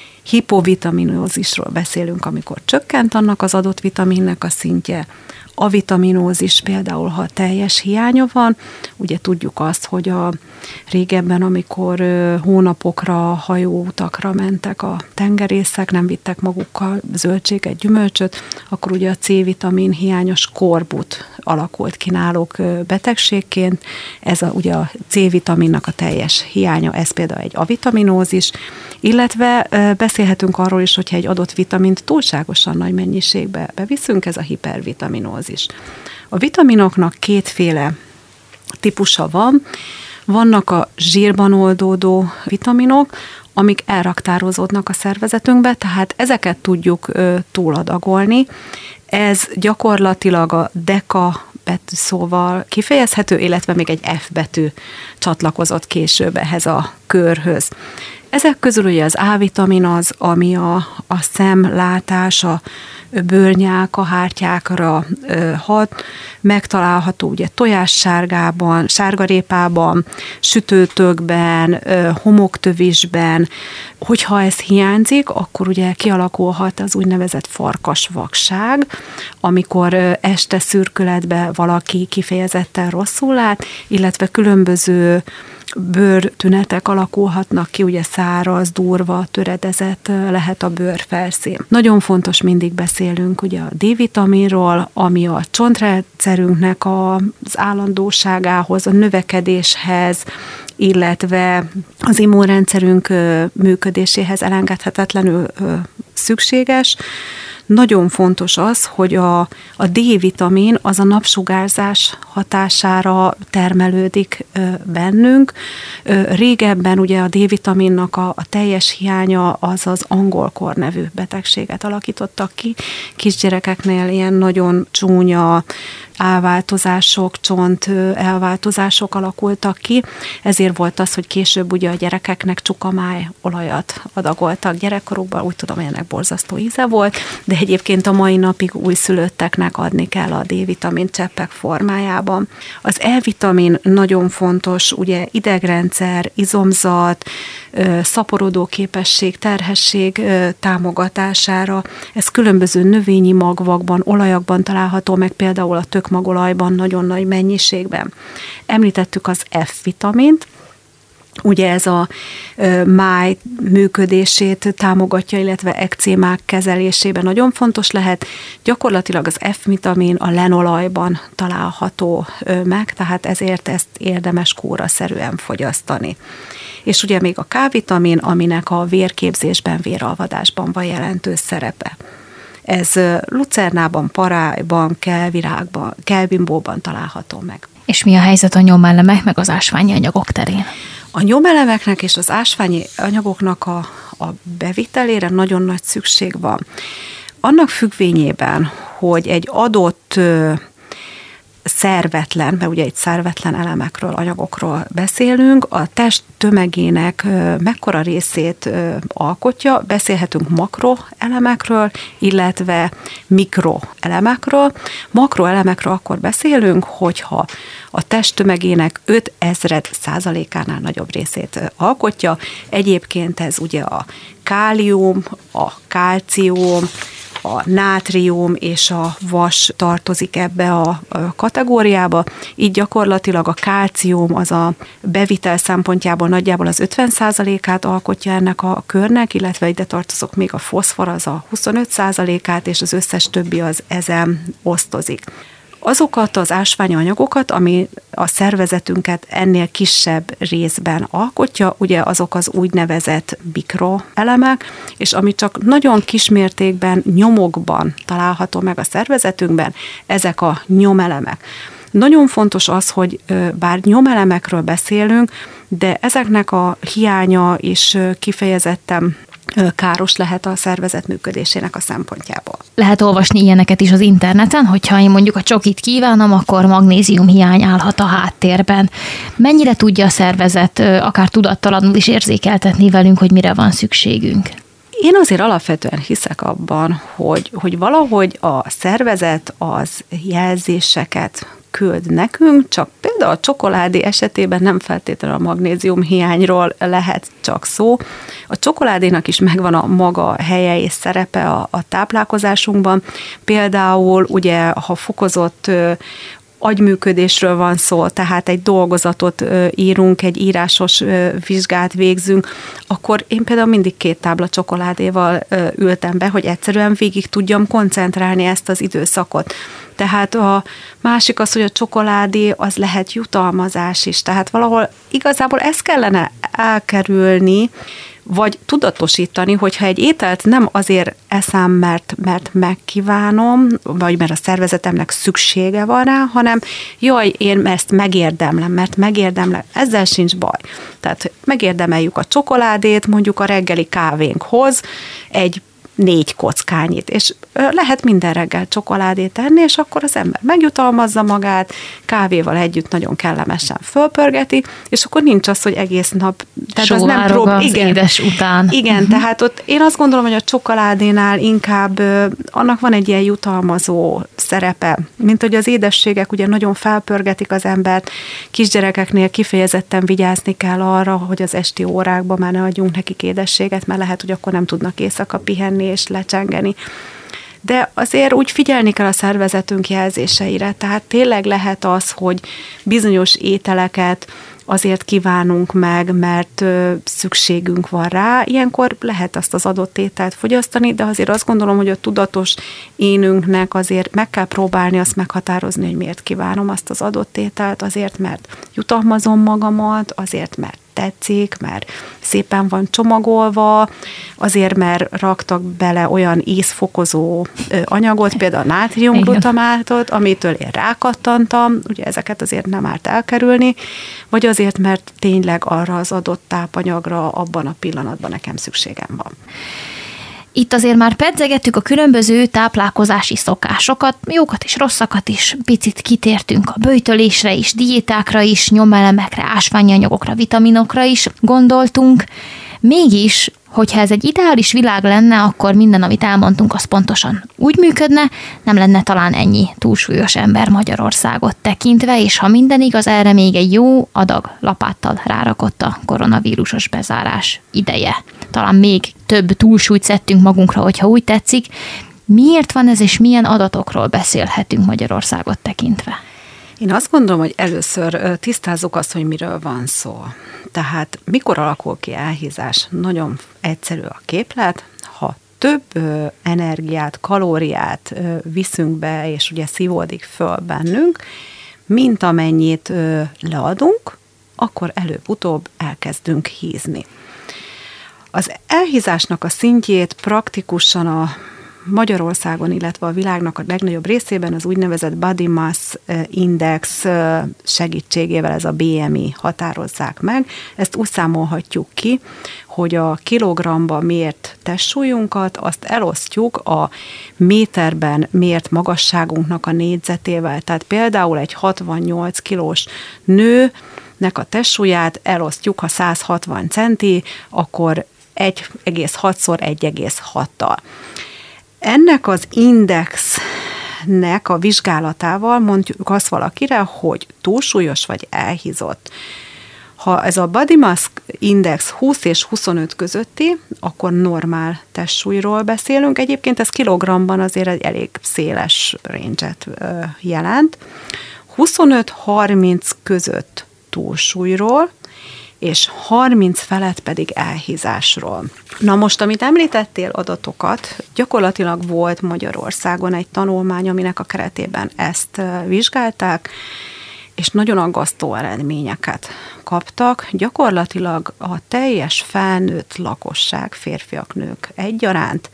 Hipovitaminózisról beszélünk, amikor csökkent annak az adott vitaminnek a szintje. Avitaminózis például, ha teljes hiánya van, ugye tudjuk azt, hogy régebben, amikor hónapokra, hajóutakra mentek a tengerészek, nem vittek magukkal zöldséget, gyümölcsöt, akkor ugye a C-vitamin hiányos skorbut alakult ki náluk betegségként. Ez ugye a C-vitaminnak a teljes hiánya, ez például egy avitaminózis, illetve beszélhetünk arról is, hogyha egy adott vitamint túlságosan nagy mennyiségbe beviszünk, ez a hipervitaminózis. A vitaminoknak 2 típusa van. Vannak a zsírban oldódó vitaminok, amik elraktározódnak a szervezetünkbe, tehát ezeket tudjuk túladagolni. Ez gyakorlatilag a deka betűszóval kifejezhető, illetve még egy F betű csatlakozott később ehhez a körhöz. Ezek közül ugye az A-vitamin az, ami a szemlátás, a bőrnyálka, hártyákra hat, megtalálható ugye tojássárgában, sárgarépában, sütőtökben, homoktövisben. Hogyha ez hiányzik, akkor ugye kialakulhat az úgynevezett farkasvakság, amikor este szürkületben valaki kifejezetten rosszul lát, illetve különböző bőrtünetek alakulhatnak ki, ugye száraz, durva, töredezett lehet a bőrfelszín. Nagyon fontos, mindig beszélünk ugye a D-vitaminról, ami a csontrendszerünknek az állandóságához, a növekedéshez, illetve az immunrendszerünk működéséhez elengedhetetlenül szükséges. Nagyon fontos az, hogy a D-vitamin az a napsugárzás hatására termelődik bennünk. Régebben ugye a D-vitaminnak a teljes hiánya az angolkor nevű betegséget alakítottak ki. Kisgyerekeknél ilyen nagyon csúnya elváltozások, csont elváltozások alakultak ki, ezért volt az, hogy később ugye a gyerekeknek csukamáj olajat adagoltak gyerekkorukban, úgy tudom, hogy ennek borzasztó íze volt, de egyébként a mai napig újszülötteknek adni kell a D-vitamin cseppek formájában. Az E-vitamin nagyon fontos, ugye idegrendszer, izomzat, szaporodó képesség, terhesség támogatására. Ez különböző növényi magvakban, olajakban található meg, például a tökmagolajban nagyon nagy mennyiségben. Említettük az F-vitamint, ugye ez a máj működését támogatja, illetve ekcémák kezelésében nagyon fontos lehet. Gyakorlatilag az F-vitamin a lenolajban található meg, tehát ezért ezt érdemes kúraszerűen fogyasztani. És ugye még a K-vitamin, aminek a vérképzésben, véralvadásban van jelentős szerepe. Ez lucernában, parájban, kelvinbóban található meg. És mi a helyzet a nyomelemek meg az ásványi anyagok terén? A nyomelemeknek és az ásványi anyagoknak a bevitelére nagyon nagy szükség van. Annak függvényében, hogy egy adott szervetlen, mert ugye egy szervetlen elemekről, anyagokról beszélünk, a test tömegének mekkora részét alkotja, beszélhetünk makroelemekről, illetve mikroelemekről. Makroelemekről akkor beszélünk, hogyha a test tömegének 5/1000%-ánál nagyobb részét alkotja. Egyébként ez ugye a kálium, a kálcium, a nátrium és a vas tartozik ebbe a kategóriába, így gyakorlatilag a kálcium az a bevitel szempontjából nagyjából az 50%-át alkotja ennek a körnek, illetve ide tartozok még a foszfor, az a 25%-át, és az összes többi az ezen osztozik. Azokat az ásványi anyagokat, ami a szervezetünket ennél kisebb részben alkotja, ugye azok az úgynevezett mikroelemek, és ami csak nagyon kismértékben nyomokban található meg a szervezetünkben, ezek a nyomelemek. Nagyon fontos az, hogy bár nyomelemekről beszélünk, de ezeknek a hiánya is kifejezetten káros lehet a szervezet működésének a szempontjából. Lehet olvasni ilyeneket is az interneten, hogyha én mondjuk a csokit kívánom, akkor magnéziumhiány állhat a háttérben. Mennyire tudja a szervezet akár tudattalanul is érzékeltetni velünk, hogy mire van szükségünk? Én azért alapvetően hiszek abban, hogy valahogy a szervezet az jelzéseket küld nekünk, csak például a csokoládé esetében nem feltétlenül a magnézium hiányról lehet csak szó. A csokoládénak is megvan a maga helye és szerepe a táplálkozásunkban. Például ugye, ha fokozott agyműködésről van szó, tehát egy dolgozatot írunk, egy írásos vizsgát végzünk, akkor én például mindig 2 tábla csokoládéval ültem be, hogy egyszerűen végig tudjam koncentrálni ezt az időszakot. Tehát a másik az, hogy a csokoládé az lehet jutalmazás is, tehát valahol igazából ezt kellene elkerülni, vagy tudatosítani, hogyha egy ételt nem azért eszem, mert megkívánom, vagy mert a szervezetemnek szüksége van rá, hanem jaj, én ezt megérdemlem, mert megérdemlem, ezzel sincs baj. Tehát megérdemeljük a csokoládét, mondjuk a reggeli kávénkhoz, egy 4 kockányit, és lehet minden reggel csokoládét enni, és akkor az ember megjutalmazza magát, kávéval együtt nagyon kellemesen fölpörgeti, és akkor nincs az, hogy egész nap... Tehát az nem igen, édes után. Igen, tehát ott én azt gondolom, hogy a csokoládénál inkább annak van egy ilyen jutalmazó szerepe, mint hogy az édességek ugye nagyon felpörgetik az embert, kisgyerekeknél kifejezetten vigyázni kell arra, hogy az esti órákban már ne adjunk nekik édességet, mert lehet, hogy akkor nem tudnak éjszaka pihenni és lecsengeni. De azért úgy figyelni kell a szervezetünk jelzéseire, tehát tényleg lehet az, hogy bizonyos ételeket azért kívánunk meg, mert szükségünk van rá. Ilyenkor lehet azt az adott ételt fogyasztani, de azért azt gondolom, hogy a tudatos énünknek azért meg kell próbálni azt meghatározni, hogy miért kívánom azt az adott ételt, azért, mert jutalmazom magamat, azért, mert tetszik, mert szépen van csomagolva, azért, mert raktak bele olyan ízfokozó anyagot, például nátriumglutamátot, amitől én rákattantam, ugye ezeket azért nem árt elkerülni, vagy azért, mert tényleg arra az adott tápanyagra abban a pillanatban nekem szükségem van. Itt azért már pedzegettük a különböző táplálkozási szokásokat, jókat és rosszakat is, picit kitértünk a böjtölésre is, diétákra is, nyomelemekre, ásványi anyagokra, vitaminokra is gondoltunk. Mégis, hogyha ez egy ideális világ lenne, akkor minden, amit elmondtunk, az pontosan úgy működne, nem lenne talán ennyi túlsúlyos ember Magyarországot tekintve, és ha minden igaz, erre még egy jó adag lapáttal rárakott a koronavírusos bezárás ideje. Talán még több túlsúlyt szedtünk magunkra, hogyha úgy tetszik. Miért van ez, és milyen adatokról beszélhetünk Magyarországot tekintve? Én azt gondolom, hogy először tisztázzuk azt, hogy miről van szó. Tehát mikor alakul ki elhízás? Nagyon egyszerű a képlet. Ha több energiát, kalóriát viszünk be, és ugye szívódik föl bennünk, mint amennyit leadunk, akkor előbb-utóbb elkezdünk hízni. Az elhízásnak a szintjét praktikusan a Magyarországon, illetve a világnak a legnagyobb részében az úgynevezett Body Mass Index segítségével, ez a BMI határozzák meg. Ezt úgy számolhatjuk ki, hogy a kilogramban mért testsúlyunkat, azt elosztjuk a méterben mért magasságunknak a négyzetével. Tehát például egy 68 kilós nőnek a testsúlyát elosztjuk, ha 160 centi, akkor 1,6-szor 1,6-tal. Ennek az indexnek a vizsgálatával mondjuk azt valakire, hogy túlsúlyos vagy elhízott. Ha ez a Body Mass Index 20 és 25 közötti, akkor normál testsúlyról beszélünk. Egyébként ez kilogramban azért egy elég széles range-et jelent. 25-30 között túlsúlyról, és 30 felett pedig elhízásról. Na most, amit említettél adatokat, gyakorlatilag volt Magyarországon egy tanulmány, aminek a keretében ezt vizsgálták, és nagyon aggasztó eredményeket kaptak. Gyakorlatilag a teljes felnőtt lakosság, férfiak, nők egyaránt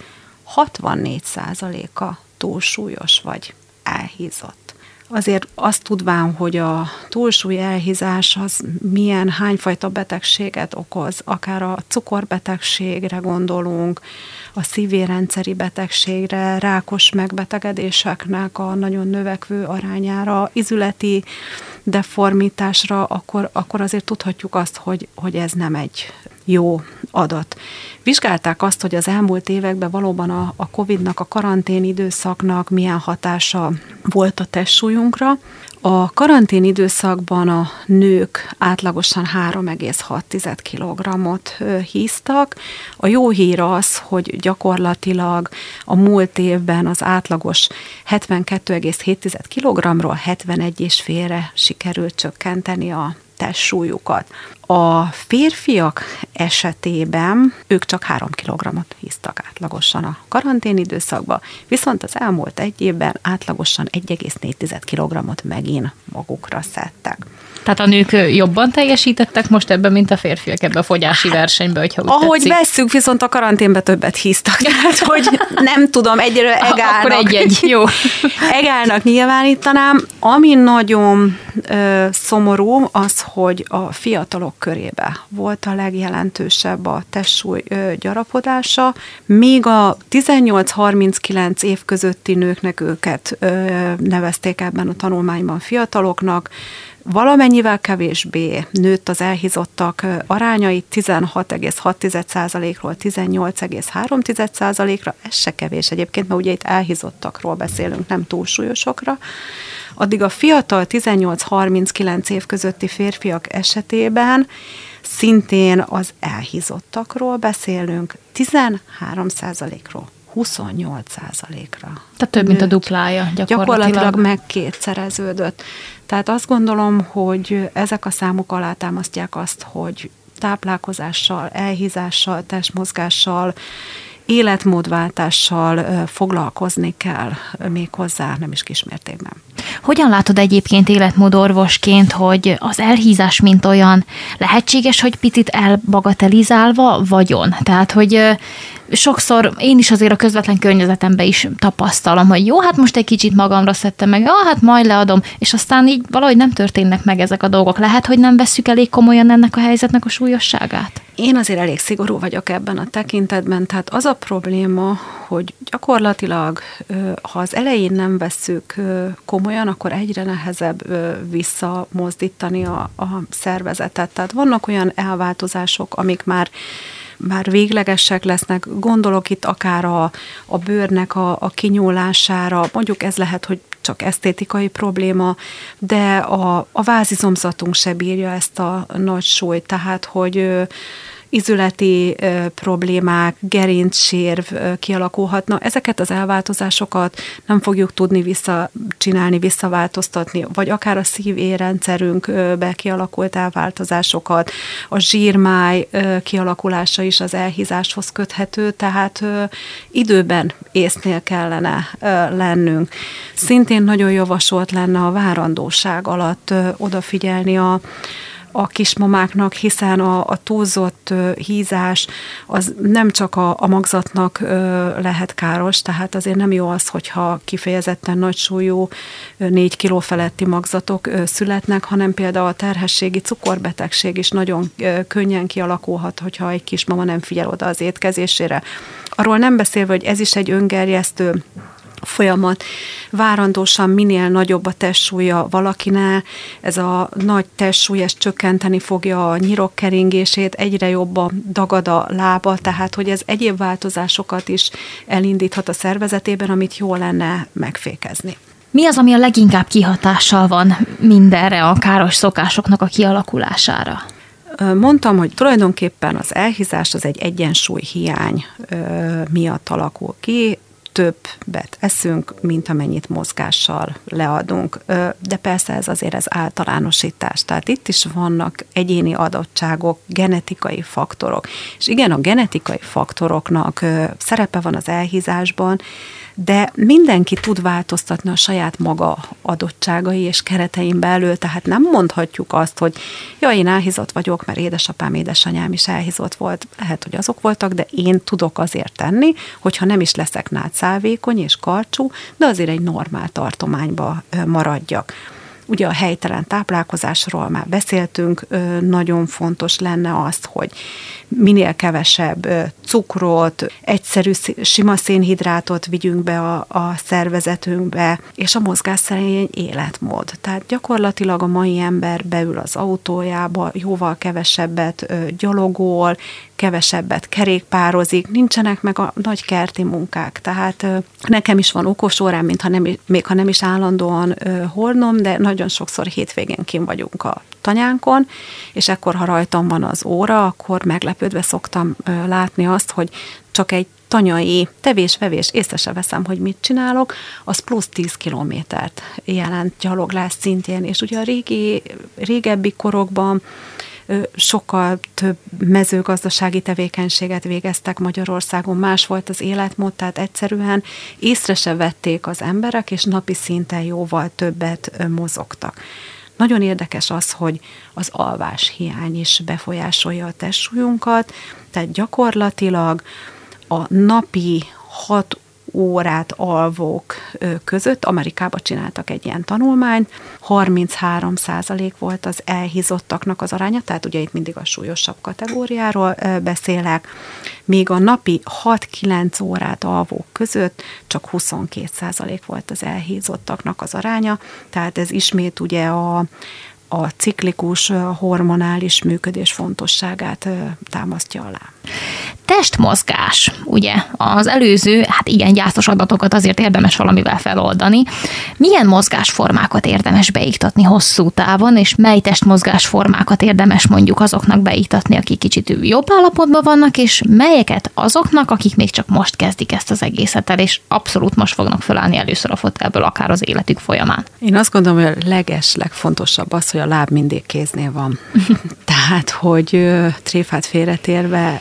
64%-a túlsúlyos vagy elhízott. Azért azt tudván, hogy a túlsúly elhízás az milyen, hányfajta betegséget okoz, akár a cukorbetegségre gondolunk, a szívérendszeri betegségre, rákos megbetegedéseknek a nagyon növekvő arányára, izületi deformitásra, akkor azért tudhatjuk azt, hogy ez nem egy jó adat. Vizsgálták azt, hogy az elmúlt években valóban a Covid-nak, a karantén időszaknak milyen hatása volt a testsúlyunkra. A karantén időszakban a nők átlagosan 3,6 kg-ot híztak. A jó hír az, hogy gyakorlatilag a múlt évben az átlagos 72,7 kg-ról 71,5-re sikerült csökkenteni a testsúlyukat. A férfiak esetében ők csak 3 kg-ot híztak átlagosan a karantén időszakban, viszont az elmúlt egy évben átlagosan 1,4 kg-ot megint magukra szedtek. Tehát a nők jobban teljesítettek most ebben, mint a férfiak ebben a fogyási versenyben, hogyha úgy ahogy tetszik. vesszük, viszont a karanténben többet híztak. Tehát, hogy nem tudom, egyre egálnak. Akkor egy-egy, jó. Egálnak nyilvánítanám. Ami nagyon szomorú, az, hogy a fiatalok körébe volt a legjelentősebb a testsúly gyarapodása, míg a 18-39 év közötti nőknek őket nevezték ebben a tanulmányban fiataloknak, valamennyivel kevésbé nőtt az elhízottak arányai 16,6%-ról 18,3%-ra, ez se kevés egyébként, mert ugye itt elhízottakról beszélünk, nem túlsúlyosokra. Addig a fiatal 18-39 év közötti férfiak esetében szintén az elhízottakról beszélünk 13%-ról 28%-ra. Tehát több, mint a duplája gyakorlatilag megkétszereződött. Tehát azt gondolom, hogy ezek a számok alátámasztják azt, hogy táplálkozással, elhízással, testmozgással, életmódváltással foglalkozni kell méghozzá, nem is kismértékben. Hogyan látod egyébként életmódorvosként, hogy az elhízás mint olyan lehetséges, hogy picit elbagatelizálva vagyon? Tehát, hogy sokszor én is azért a közvetlen környezetemben is tapasztalom, hogy jó, hát most egy kicsit magamra szedtem meg, hát majd leadom, és aztán így valahogy nem történnek meg ezek a dolgok. Lehet, hogy nem vesszük elég komolyan ennek a helyzetnek a súlyosságát? Én azért elég szigorú vagyok ebben a tekintetben, tehát az a probléma, hogy gyakorlatilag, ha az elején nem vesszük komolyan, akkor egyre nehezebb visszamozdítani a szervezetet. Tehát vannak olyan elváltozások, amik már véglegesek lesznek, gondolok itt akár a bőrnek a kinyúlására, mondjuk ez lehet, hogy csak esztétikai probléma, de a vázizomzatunk se bírja ezt a nagy súlyt, tehát hogy izületi problémák, gerincsérv kialakulhatna. Ezeket az elváltozásokat nem fogjuk tudni visszacsinálni, visszaváltoztatni, vagy akár a szív-érrendszerünkbe kialakult elváltozásokat, a zsírmáj kialakulása is az elhízáshoz köthető, tehát időben észnél kellene lennünk. Szintén nagyon javasolt lenne a várandóság alatt odafigyelni a kismamáknak, hiszen a túlzott hízás az nem csak a magzatnak lehet káros, tehát azért nem jó az, hogyha kifejezetten nagy súlyú 4 kiló feletti magzatok születnek, hanem például a terhességi cukorbetegség is nagyon könnyen kialakulhat, hogyha egy kismama nem figyel oda az étkezésére. Arról nem beszélve, hogy ez is egy öngerjesztő folyamat. Várandósan minél nagyobb a testsúlya valakinál, ez a nagy testsúly, ez csökkenteni fogja a nyirok keringését, egyre jobban dagad a lába, tehát hogy ez egyéb változásokat is elindíthat a szervezetében, amit jól lenne megfékezni. Mi az, ami a leginkább kihatással van mindenre a káros szokásoknak a kialakulására? Mondtam, hogy tulajdonképpen az elhízás az egy egyensúlyhiány miatt alakul ki, többet eszünk, mint amennyit mozgással leadunk. De persze ez általánosítás. Tehát itt is vannak egyéni adottságok, genetikai faktorok. És igen, a genetikai faktoroknak szerepe van az elhízásban, de mindenki tud változtatni a saját maga adottságai és keretein belül, tehát nem mondhatjuk azt, hogy én elhízott vagyok, mert édesapám, édesanyám is elhízott volt. Lehet, hogy azok voltak, de én tudok azért tenni, hogyha nem is leszek nátszálvékony és karcsú, de azért egy normál tartományba maradjak. Ugye a helytelen táplálkozásról már beszéltünk, nagyon fontos lenne azt, hogy minél kevesebb cukrot, egyszerű sima szénhidrátot vigyünk be a szervezetünkbe, és a mozgásszerény életmód. Tehát gyakorlatilag a mai ember beül az autójába, jóval kevesebbet gyalogol, kevesebbet kerékpározik, nincsenek meg a nagy kerti munkák. Tehát nekem is van okos órám, még ha nem is állandóan hordom, de nagyon sokszor hétvégén kint vagyunk a tanyánkon, és ekkor, ha rajtam van az óra, akkor meglepődve szoktam látni azt, hogy csak egy tanyai tevés-vevés, észre se veszem, hogy mit csinálok, az plusz 10 kilométert jelent gyaloglás szintjén, és ugye a régebbi korokban sokkal több mezőgazdasági tevékenységet végeztek Magyarországon, más volt az életmód, tehát egyszerűen észre se vették az emberek, és napi szinten jóval többet mozogtak. Nagyon érdekes az, hogy az alváshiány is befolyásolja a testsúlyunkat, tehát gyakorlatilag a napi 6 órát alvók között, Amerikában csináltak egy ilyen tanulmányt, 33% volt az elhízottaknak az aránya, tehát ugye itt mindig a súlyosabb kategóriáról beszélek, míg a napi 6-9 órát alvók között csak 22% volt az elhízottaknak az aránya, tehát ez ismét ugye a ciklikus hormonális működés fontosságát támasztja alá. Testmozgás, ugye, az előző, hát igen, gyászos adatokat azért érdemes valamivel feloldani. Milyen mozgásformákat érdemes beiktatni hosszú távon, és mely testmozgásformákat érdemes mondjuk azoknak beiktatni, akik kicsit jobb állapotban vannak, és melyeket azoknak, akik még csak most kezdik ezt az egészet el, és abszolút most fognak fölállni először a fotelből, akár az életük folyamán. Én azt gondolom, hogy a legfontosabb az, hogy a láb mindig kéznél van. Tehát, hogy tréfát félretérve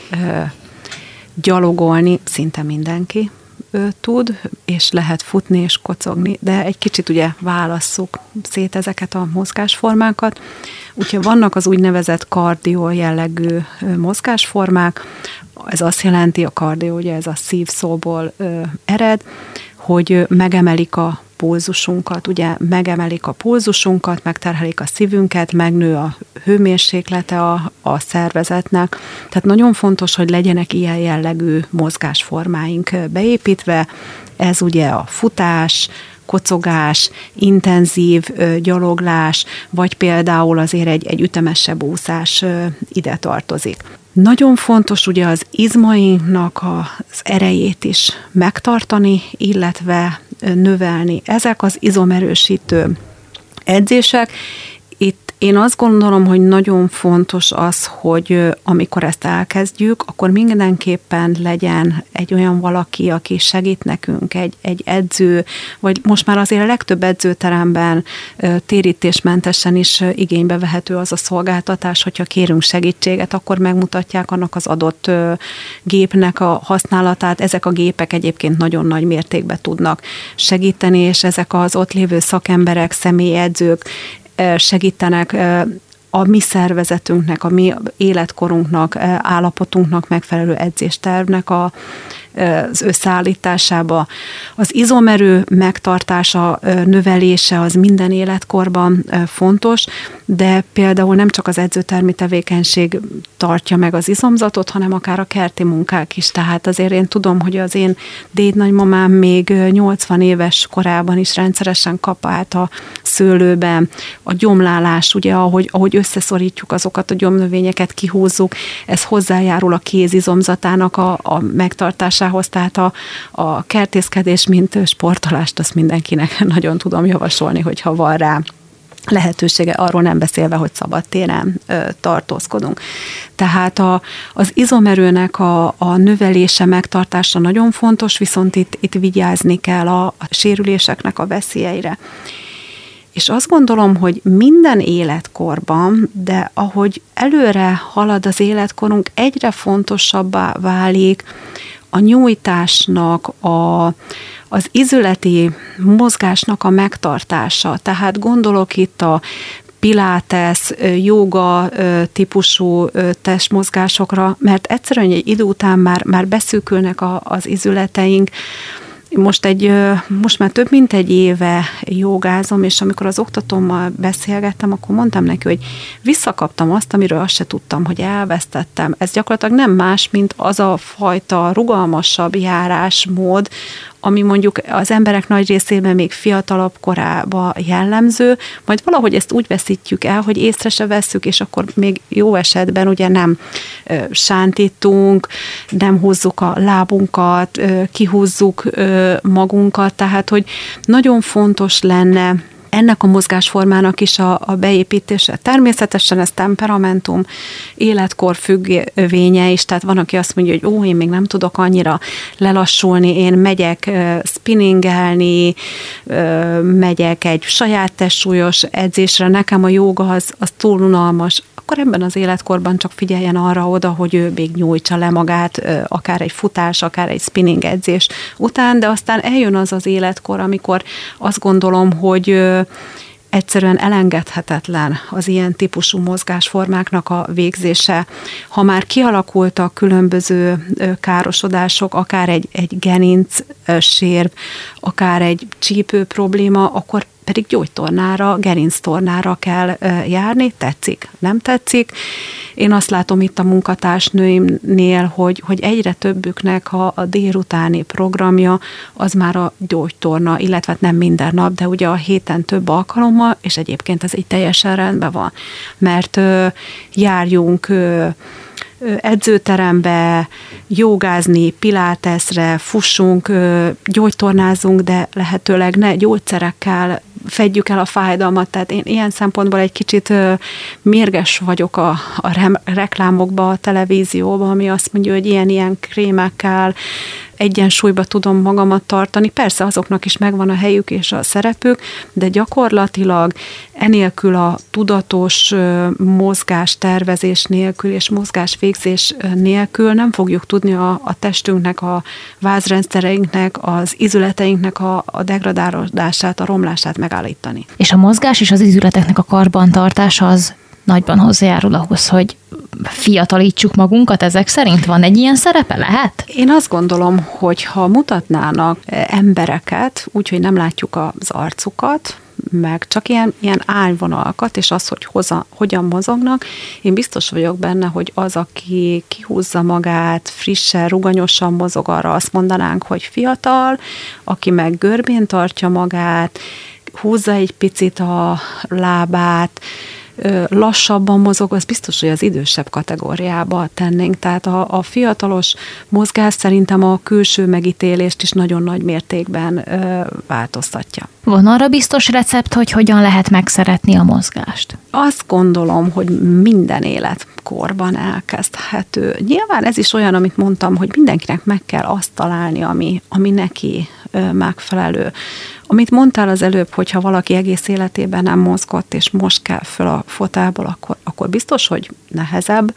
gyalogolni szinte mindenki tud, és lehet futni és kocogni, de egy kicsit ugye válasszuk szét ezeket a mozgásformákat. Úgyhogy vannak az úgynevezett kardió jellegű mozgásformák, ez azt jelenti, a kardió, ugye ez a szívszóból ered, hogy megemelik a pulzusunkat, ugye megemelik a pulzusunkat, megterhelik a szívünket, megnő a hőmérséklete a szervezetnek. Tehát nagyon fontos, hogy legyenek ilyen jellegű mozgásformáink beépítve. Ez ugye a futás, kocogás, intenzív gyaloglás, vagy például azért egy ütemesebb úszás ide tartozik. Nagyon fontos ugye az izmainknak az erejét is megtartani, illetve növelni. Ezek az izomerősítő edzések. Itt én azt gondolom, hogy nagyon fontos az, hogy amikor ezt elkezdjük, akkor mindenképpen legyen egy olyan valaki, aki segít nekünk, egy edző, vagy most már azért a legtöbb edzőteremben térítésmentesen is igénybe vehető az a szolgáltatás, hogyha kérünk segítséget, akkor megmutatják annak az adott gépnek a használatát. Ezek a gépek egyébként nagyon nagy mértékben tudnak segíteni, és ezek az ott lévő szakemberek, személyedzők segítenek a mi szervezetünknek, a mi életkorunknak, állapotunknak megfelelő edzéstervnek az összeállításába. Az izomerő megtartása, növelése az minden életkorban fontos, de például nem csak az edzőtermi tevékenység tartja meg az izomzatot, hanem akár a kerti munkák is. Tehát azért én tudom, hogy az én dédnagymamám még 80 éves korában is rendszeresen kapált a szőlőben. A gyomlálás, ugye, ahogy összeszorítjuk azokat a gyomnövényeket, kihúzzuk, ez hozzájárul a kézizomzatának a megtartásához, tehát a kertészkedés, mint sportolást, azt mindenkinek nagyon tudom javasolni, hogyha van rá lehetősége, arról nem beszélve, hogy szabadtéren tartózkodunk. Tehát az izomerőnek a növelése, megtartása nagyon fontos, viszont itt vigyázni kell a sérüléseknek a veszélyeire. És azt gondolom, hogy minden életkorban, de ahogy előre halad az életkorunk, egyre fontosabbá válik a nyújtásnak, az izületi mozgásnak a megtartása. Tehát gondolok itt a pilates, jóga típusú testmozgásokra, mert egyszerűen egy idő után már beszűkülnek az izületeink. Most már több mint egy éve jogázom, és amikor az oktatómmal beszélgettem, akkor mondtam neki, hogy visszakaptam azt, amiről azt se tudtam, hogy elvesztettem. Ez gyakorlatilag nem más, mint az a fajta rugalmasabb járásmód, ami mondjuk az emberek nagy részében még fiatalabb korában jellemző, majd valahogy ezt úgy veszítjük el, hogy észre se vesszük, és akkor még jó esetben ugye nem sántítunk, nem húzzuk a lábunkat, kihúzzuk magunkat, tehát hogy nagyon fontos lenne ennek a mozgásformának is a beépítése. Természetesen ez temperamentum, életkor függvénye is, tehát van, aki azt mondja, hogy én még nem tudok annyira lelassulni, én megyek spinningelni, megyek egy saját testsúlyos edzésre, nekem a jóga az túl unalmas, akkor ebben az életkorban csak figyeljen arra oda, hogy ő még nyújtsa le magát, akár egy futás, akár egy spinning edzés után, de aztán eljön az életkor, amikor azt gondolom, hogy egyszerűen elengedhetetlen az ilyen típusú mozgásformáknak a végzése. Ha már kialakultak különböző károsodások, akár egy gerinc sérv, akár egy csípő probléma, akkor pedig gyógytornára, gerinctornára kell járni, tetszik, nem tetszik. Én azt látom itt a munkatársnőimnél, hogy egyre többüknek a délutáni programja az már a gyógytorna, illetve nem minden nap, de ugye a héten több alkalommal, és egyébként ez így teljesen rendben van, mert járjunk edzőterembe, jogázni, piláteszre, fussunk, gyógytornázunk, de lehetőleg ne gyógyszerekkel fedjük el a fájdalmat. Tehát én ilyen szempontból egy kicsit mérges vagyok a reklámokba, a televízióba, ami azt mondja, hogy ilyen krémekkel egyensúlyba tudom magamat tartani. Persze azoknak is megvan a helyük és a szerepük, de gyakorlatilag enélkül a tudatos mozgás tervezés nélkül és mozgásvégzés nélkül nem fogjuk tudni a testünknek, a vázrendszereinknek, az izületeinknek a degradálódását, a romlását megállítani. És a mozgás és az izületeknek a karbantartása az nagyban hozzájárul ahhoz, hogy fiatalítsuk magunkat, ezek szerint van egy ilyen szerepe, lehet? Én azt gondolom, hogy ha mutatnának embereket, úgyhogy nem látjuk az arcukat, meg csak ilyen ányvonalakat, és az, hogy hogyan mozognak, én biztos vagyok benne, hogy az, aki kihúzza magát, frissen, ruganyosan mozog, arra azt mondanánk, hogy fiatal, aki meg görbén tartja magát, húzza egy picit a lábát, lassabban mozog, az biztos, hogy az idősebb kategóriába tennénk. Tehát a fiatalos mozgás szerintem a külső megítélést is nagyon nagy mértékben változtatja. Van arra biztos recept, hogy hogyan lehet megszeretni a mozgást? Azt gondolom, hogy minden életkorban elkezdhető. Nyilván ez is olyan, amit mondtam, hogy mindenkinek meg kell azt találni, ami neki megfelelő. Amit mondtál az előbb, hogyha valaki egész életében nem mozgott, és most kell föl a fotelból, akkor biztos, hogy nehezebb.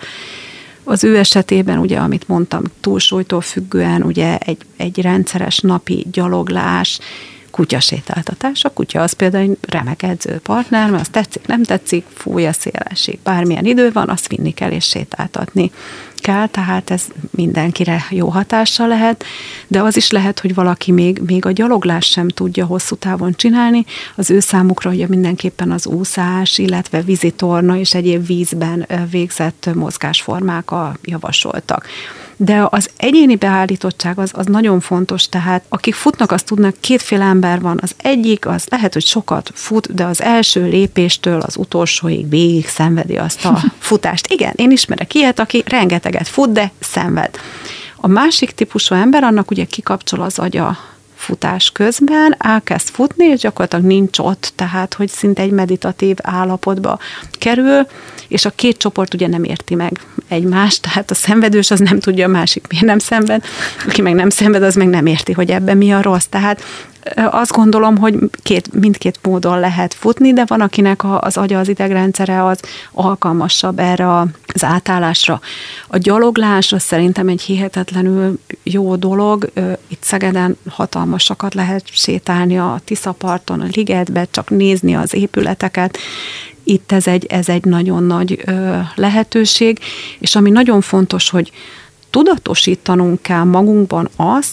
Az ő esetében, ugye, amit mondtam, túlsúlytól függően, ugye egy rendszeres napi gyaloglás, kutyasétáltatás. A kutya az például egy remek edzőpartner, mert azt tetszik, nem tetszik, fúj a szélesség. Bármilyen idő van, azt vinni kell és sétáltatni kell, tehát ez mindenkire jó hatással lehet, de az is lehet, hogy valaki még a gyaloglást sem tudja hosszú távon csinálni, az ő számukra ugye mindenképpen az úszás, illetve vízitorna és egyéb vízben végzett mozgásformák javasoltak. De az egyéni beállítottság az nagyon fontos, tehát akik futnak, azt tudnak, kétféle ember van. Az egyik, az lehet, hogy sokat fut, de az első lépéstől az utolsóig végig szenvedi azt a futást. Igen, én ismerek ilyet, aki rengeteget fut, de szenved. A másik típusú ember, annak ugye kikapcsol az agya futás közben, elkezd futni, és gyakorlatilag nincs ott, tehát hogy szinte egy meditatív állapotba kerül, és a két csoport ugye nem érti meg egymást, tehát a szenvedős az nem tudja, a másik miért nem szenved, aki meg nem szenved, az meg nem érti, hogy ebben mi a rossz. Tehát azt gondolom, hogy mindkét módon lehet futni, de van, akinek az agya, az idegrendszere az alkalmasabb erre az átállásra. A gyaloglás az szerintem egy hihetetlenül jó dolog. Itt Szegeden hatalmasakat lehet sétálni a Tiszaparton, a ligetbe, csak nézni az épületeket. Itt ez egy nagyon nagy lehetőség, és ami nagyon fontos, hogy tudatosítanunk kell magunkban azt,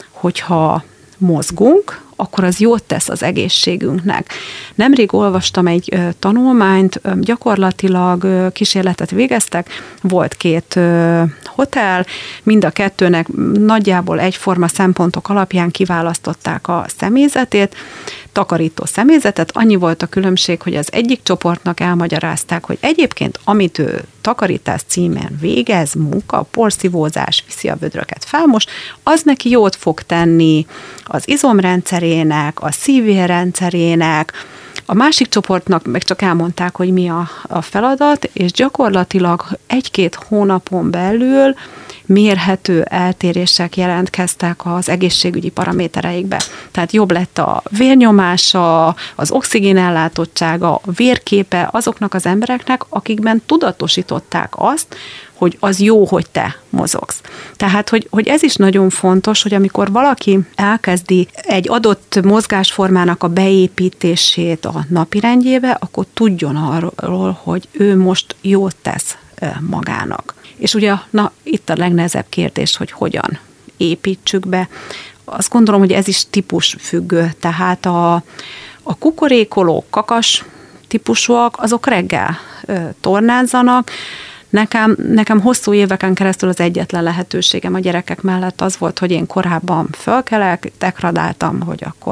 hogyha mozgunk, akkor az jót tesz az egészségünknek. Nemrég olvastam egy tanulmányt, gyakorlatilag kísérletet végeztek, volt 2 hotel, mind a 2-nek nagyjából egyforma szempontok alapján kiválasztották a személyzetét, takarító személyzetet. Annyi volt a különbség, hogy az egyik csoportnak elmagyarázták, hogy egyébként amit ő takarítás címen végez, munka, porszívózás, viszi a vödröket felmos, az neki jót fog tenni az izomrendszerének, a szívérrendszerének. A másik csoportnak meg csak elmondták, hogy mi a feladat, és gyakorlatilag 1-2 hónapon belül mérhető eltérések jelentkeztek az egészségügyi paramétereikbe. Tehát jobb lett a vérnyomása, az oxigénellátottsága, a vérképe azoknak az embereknek, akikben tudatosították azt, hogy az jó, hogy te mozogsz. Tehát, hogy ez is nagyon fontos, hogy amikor valaki elkezdi egy adott mozgásformának a beépítését a napirendjébe, akkor tudjon arról, hogy ő most jót tesz magának. És ugye itt a legnehezebb kérdés, hogy hogyan építsük be. Azt gondolom, hogy ez is típusfüggő, tehát a kukorékoló, kakas típusúak, azok reggel tornázzanak. Nekem hosszú éveken keresztül az egyetlen lehetőségem a gyerekek mellett az volt, hogy én korábban fölkelek, degradáltam, hogy akkor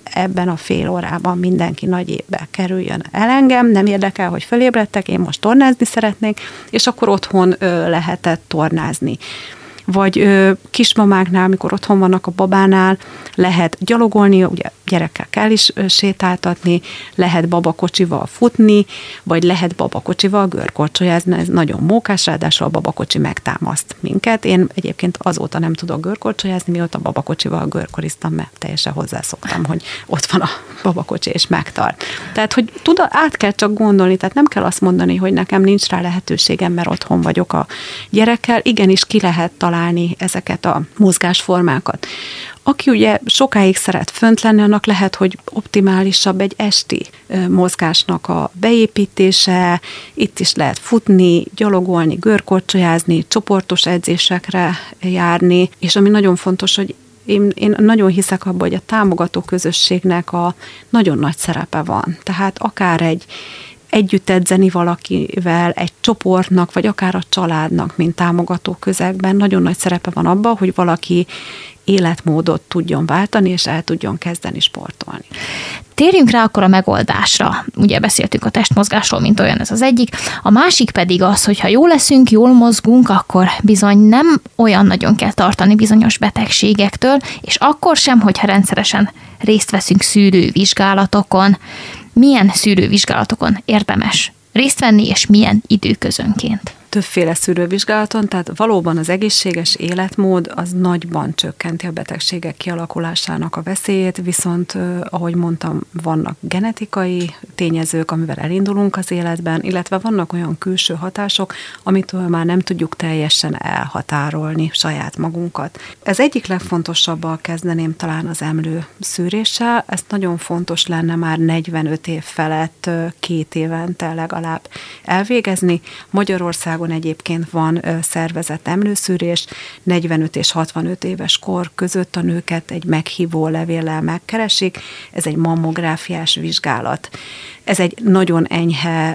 ebben a fél órában mindenki nagy évbe kerüljön el engem, nem érdekel, hogy fölébredtek, én most tornázni szeretnék, és akkor otthon lehetett tornázni. Vagy kismamáknál, amikor otthon vannak a babánál, lehet gyalogolni, ugye gyerekkel kell is sétáltatni, lehet babakocsival futni, vagy lehet babakocsival görkorcsolyázni, ez nagyon mókás, ráadásul a babakocsi megtámaszt minket. Én egyébként azóta nem tudok görkorcsolyázni, mióta babakocsival görkoriztam, mert teljesen hozzászoktam, hogy ott van a babakocsi és megtart. Tehát, hogy át kell csak gondolni, tehát nem kell azt mondani, hogy nekem nincs rá lehetőségem, mert otthon vagyok a gyerekkel, igenis ki lehet találni ezeket a mozgásformákat. Aki ugye sokáig szeret fönt lenni, annak lehet, hogy optimálisabb egy esti mozgásnak a beépítése, itt is lehet futni, gyalogolni, görkorcsolyázni, csoportos edzésekre járni, és ami nagyon fontos, hogy én nagyon hiszek abban, hogy a támogató közösségnek a nagyon nagy szerepe van. Tehát akár együtt edzeni valakivel, egy csoportnak, vagy akár a családnak, mint támogató közegben nagyon nagy szerepe van abban, hogy valaki életmódot tudjon váltani, és el tudjon kezdeni sportolni. Térjünk rá akkor a megoldásra. Ugye beszéltünk a testmozgásról, mint olyan, ez az egyik. A másik pedig az, hogy ha jól leszünk, jól mozgunk, akkor bizony nem olyan nagyon kell tartani bizonyos betegségektől, és akkor sem, hogyha rendszeresen részt veszünk szűrővizsgálatokon. Milyen szűrővizsgálatokon érdemes részt venni, és milyen időközönként? Többféle szűrővizsgálaton, tehát valóban az egészséges életmód az nagyban csökkenti a betegségek kialakulásának a veszélyét, viszont ahogy mondtam, vannak genetikai tényezők, amivel elindulunk az életben, illetve vannak olyan külső hatások, amitől már nem tudjuk teljesen elhatárolni saját magunkat. Ez egyik legfontosabbal kezdeném talán az emlő szűréssel, ezt nagyon fontos lenne már 45 év felett 2 évente legalább elvégezni. Magyarországon egyébként van szervezett emlőszűrés, 45 és 65 éves kor között a nőket egy meghívó levéllel megkeresik, ez egy mammográfiás vizsgálat. Ez egy nagyon enyhe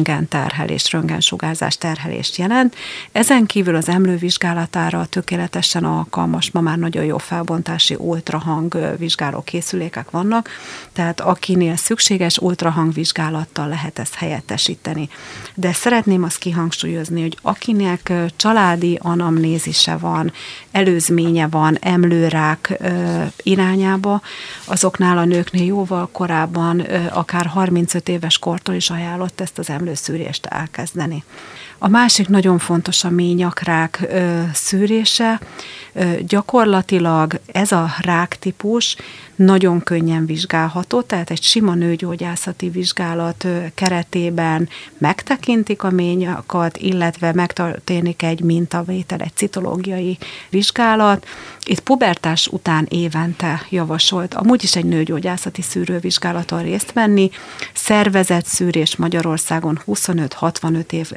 röntgensugárzás terhelést jelent. Ezen kívül az emlő vizsgálatára tökéletesen alkalmas, ma már nagyon jó felbontású ultrahang vizsgáló készülékek vannak, tehát akinél szükséges ultrahangvizsgálattal lehet ezt helyettesíteni. De szeretném azt kihangsúlyozni, hogy akinek családi anamnézise van, előzménye van emlőrák irányába, azoknál a nőknél jóval korábban, akár 35 éves kortól is ajánlott ezt az emlőszűrést elkezdeni. A másik nagyon fontos a mély nyakrák szűrése. Gyakorlatilag ez a ráktípus nagyon könnyen vizsgálható, tehát egy sima nőgyógyászati vizsgálat keretében megtekintik a mély nyakat, illetve megtörténik egy mintavétel, egy citológiai vizsgálat. Itt pubertás után évente javasolt, amúgy is egy nőgyógyászati szűrővizsgálaton részt venni. Szervezett szűrés Magyarországon 25-65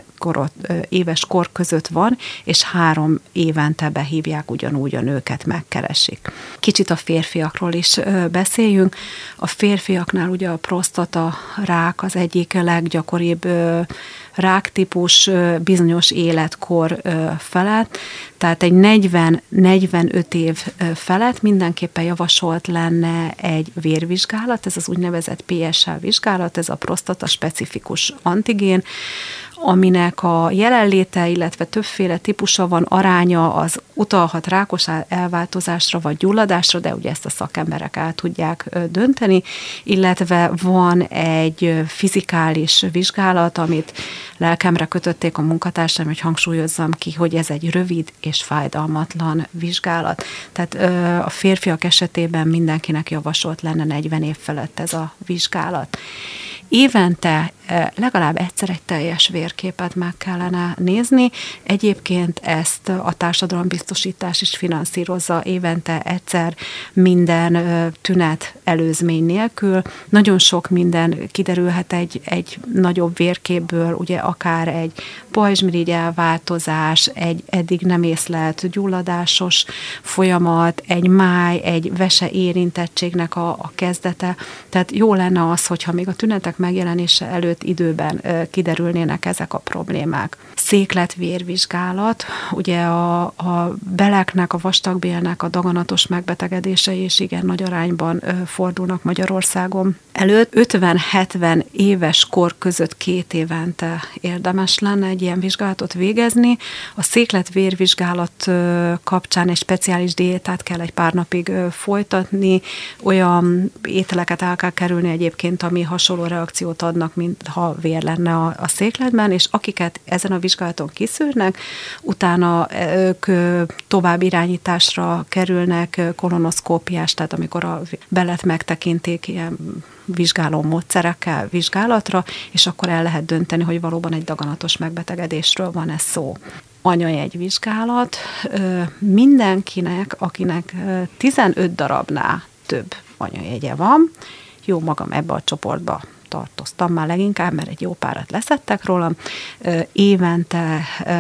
éves kor között van, és 3 évente behívják ugyanúgy a nőket, megkeresik. Kicsit a férfiakról is beszéljünk. A férfiaknál ugye a prostata rák az egyik leggyakoribb ráktípus bizonyos életkor felett, tehát egy 40-45 év felett mindenképpen javasolt lenne egy vérvizsgálat, ez az úgynevezett PSA vizsgálat, ez a prostata specifikus antigén, aminek a jelenléte, illetve többféle típusa van, aránya, az utalhat rákos elváltozásra vagy gyulladásra, de ugye ezt a szakemberek el tudják dönteni, illetve van egy fizikális vizsgálat, amit lelkemre kötötték a munkatársaim, hogy hangsúlyozzam ki, hogy ez egy rövid és fájdalmatlan vizsgálat. Tehát a férfiak esetében mindenkinek javasolt lenne 40 év felett ez a vizsgálat. Évente legalább egyszer egy teljes vérképet meg kellene nézni. Egyébként ezt a társadalombiztosítás is finanszírozza évente egyszer minden tünet előzmény nélkül. Nagyon sok minden kiderülhet egy nagyobb vérképből, ugye akár egy pajzsmirigy elváltozás, egy eddig nem észlelt gyulladásos folyamat, egy máj, egy vese érintettségnek a kezdete. Tehát jó lenne az, hogyha még a tünetek megjelenése előtt időben kiderülnének ezek a problémák. Székletvérvizsgálat, ugye a beleknek, a vastagbélnek a daganatos megbetegedései is igen nagy arányban fordulnak Magyarországon előtt. 50-70 éves kor között 2 évente érdemes lenne egy ilyen vizsgálatot végezni. A székletvérvizsgálat kapcsán egy speciális diétát kell egy pár napig folytatni, olyan ételeket el kell kerülni egyébként, ami hasonló reakciót adnak, mint ha vér lenne a székletben, és akiket ezen a vizsgálaton kiszűrnek, utána ők tovább irányításra kerülnek, kolonoszkópiás, tehát amikor a belet megtekintik ilyen vizsgáló módszerekkel vizsgálatra, és akkor el lehet dönteni, hogy valóban egy daganatos megbetegedésről van ez szó. Anyajegyvizsgálat mindenkinek, akinek 15 darabnál több anyajegye van, jó magam ebbe a csoportba tartoztam már leginkább, mert egy jó párat leszettek rólam, évente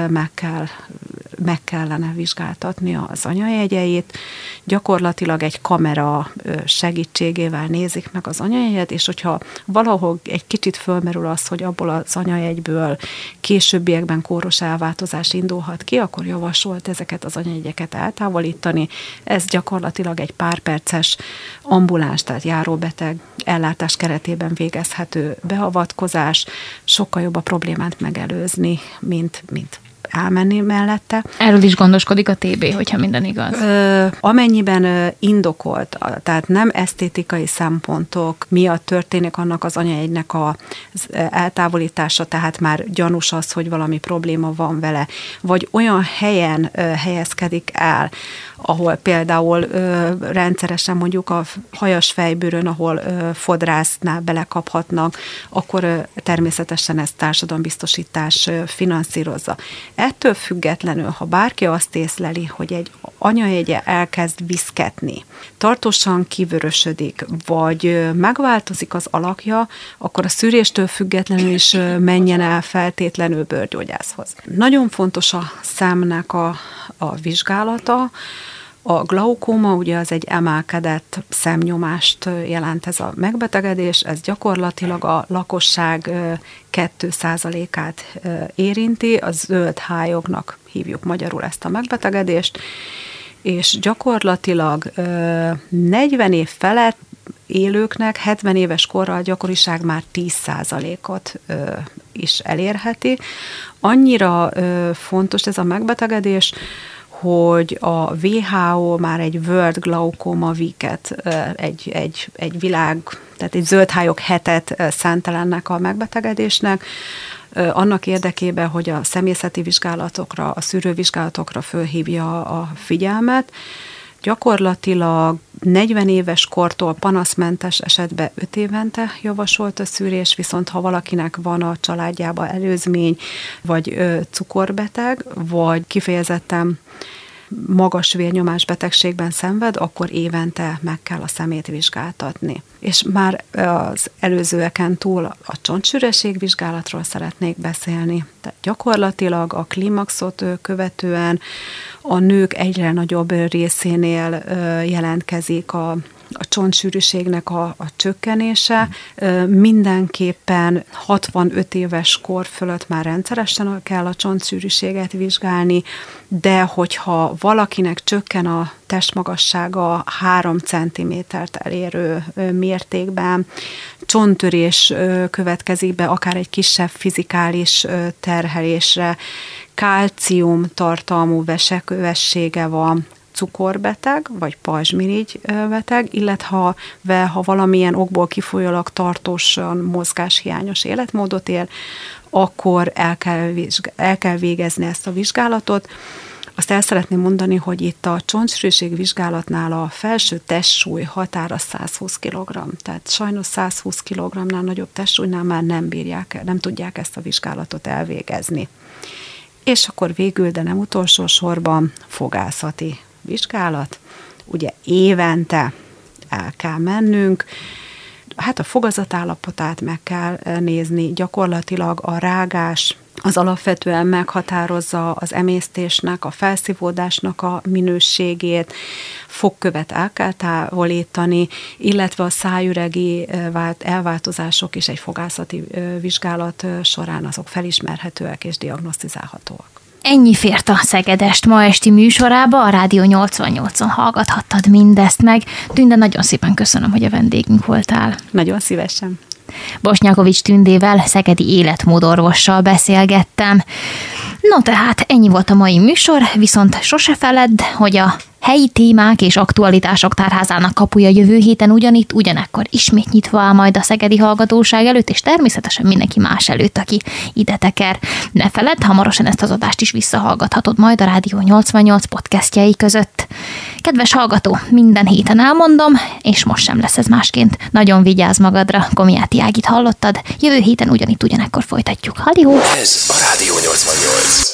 meg kellene vizsgáltatni az anyajegyeit, gyakorlatilag egy kamera segítségével nézik meg az anyajegyet, és hogyha valahol egy kicsit fölmerül az, hogy abból az anyajegyből későbbiekben kóros elváltozás indulhat ki, akkor javasolt ezeket az anyajegyeket eltávolítani. Ez gyakorlatilag egy pár perces ambuláns, tehát járóbeteg ellátás keretében végezhető beavatkozás, sokkal jobb a problémát megelőzni, mint elmenni mellette. Erről is gondoskodik a TB, hogyha minden igaz. Amennyiben indokolt, tehát nem esztétikai szempontok miatt történik annak az anyajegynek az eltávolítása, tehát már gyanús az, hogy valami probléma van vele, vagy olyan helyen helyezkedik el, ahol például rendszeresen mondjuk a hajas fejbőrön, ahol fodrásznál belekaphatnak, akkor természetesen ezt társadalombiztosítás finanszírozza. Ettől függetlenül, ha bárki azt észleli, hogy egy anyajegye elkezd viszketni, tartósan kivörösödik, vagy megváltozik az alakja, akkor a szűréstől függetlenül is menjen el feltétlenül bőrgyógyászhoz. Nagyon fontos a szemnek a vizsgálata. A glaukóma ugye az egy emelkedett szemnyomást jelent ez a megbetegedés, ez gyakorlatilag a lakosság 2%-át érinti, a zöld hályognak hívjuk magyarul ezt a megbetegedést, és gyakorlatilag 40 év felett élőknek 70 éves korral a gyakoriság már 10%-ot is elérheti. Annyira fontos ez a megbetegedés, hogy a WHO már egy World Glaucoma Week-et, egy világ, tehát egy zöldhályog hetet szentel ennek a megbetegedésnek, annak érdekében, hogy a személyzeti vizsgálatokra, a szűrővizsgálatokra fölhívja a figyelmet. Gyakorlatilag 40 éves kortól panaszmentes esetben 5 évente javasolt a szűrés, viszont ha valakinek van a családjában előzmény, vagy cukorbeteg, vagy kifejezetten magas vérnyomás betegségben szenved, akkor évente meg kell a szemét vizsgáltatni. És már az előzőeken túl a csontsűrűség vizsgálatról szeretnék beszélni. Tehát gyakorlatilag a klímaxot követően a nők egyre nagyobb részénél jelentkezik a csontsűrűségnek a csökkenése. Mindenképpen 65 éves kor fölött már rendszeresen kell a csontsűrűséget vizsgálni, de hogyha valakinek csökken a testmagassága 3 cm-t elérő mértékben, csonttörés következik be, akár egy kisebb fizikális terhelésre, kálcium tartalmú vesekövessége van, cukorbeteg, vagy pajzsmirigy beteg, illetve ha valamilyen okból kifolyólag tartósan mozgáshiányos életmódot él, akkor el kell végezni ezt a vizsgálatot. Azt el szeretném mondani, hogy itt a csontsűrűség vizsgálatnál a felső testsúly határa 120 kg. Tehát sajnos 120 kg-nál nagyobb testsúlynál már nem tudják ezt a vizsgálatot elvégezni. És akkor végül, de nem utolsó sorban fogászati vizsgálat. Ugye évente el kell mennünk, Hát a fogazatállapotát meg kell nézni, gyakorlatilag a rágás az alapvetően meghatározza az emésztésnek, a felszívódásnak a minőségét, fogkövet el kell távolítani, illetve a szájüregi elváltozások is egy fogászati vizsgálat során azok felismerhetőek és diagnosztizálhatóak. Ennyi fért a Szegedest ma esti műsorába, a Rádió 88-on hallgathattad mindezt meg. Tünde, nagyon szépen köszönöm, hogy a vendégünk voltál. Nagyon szívesen. Bosnyákovics Tündével, szegedi életmódorvossal beszélgettem. No tehát ennyi volt a mai műsor, viszont sose feledd, hogy a helyi témák és aktualitások tárházának kapuja jövő héten ugyanitt, ugyanekkor ismét nyitva áll majd a szegedi hallgatóság előtt, és természetesen mindenki más előtt, aki ide teker. Ne feledd, hamarosan ezt az adást is visszahallgathatod majd a Rádió 88 podcastjai között. Kedves hallgató, minden héten elmondom, és most sem lesz ez másként. Nagyon vigyázz magadra, Komiáti Ágit hallottad, jövő héten ugyanitt, ugyanekkor folytatjuk. Halló! Ez a Rádió 88.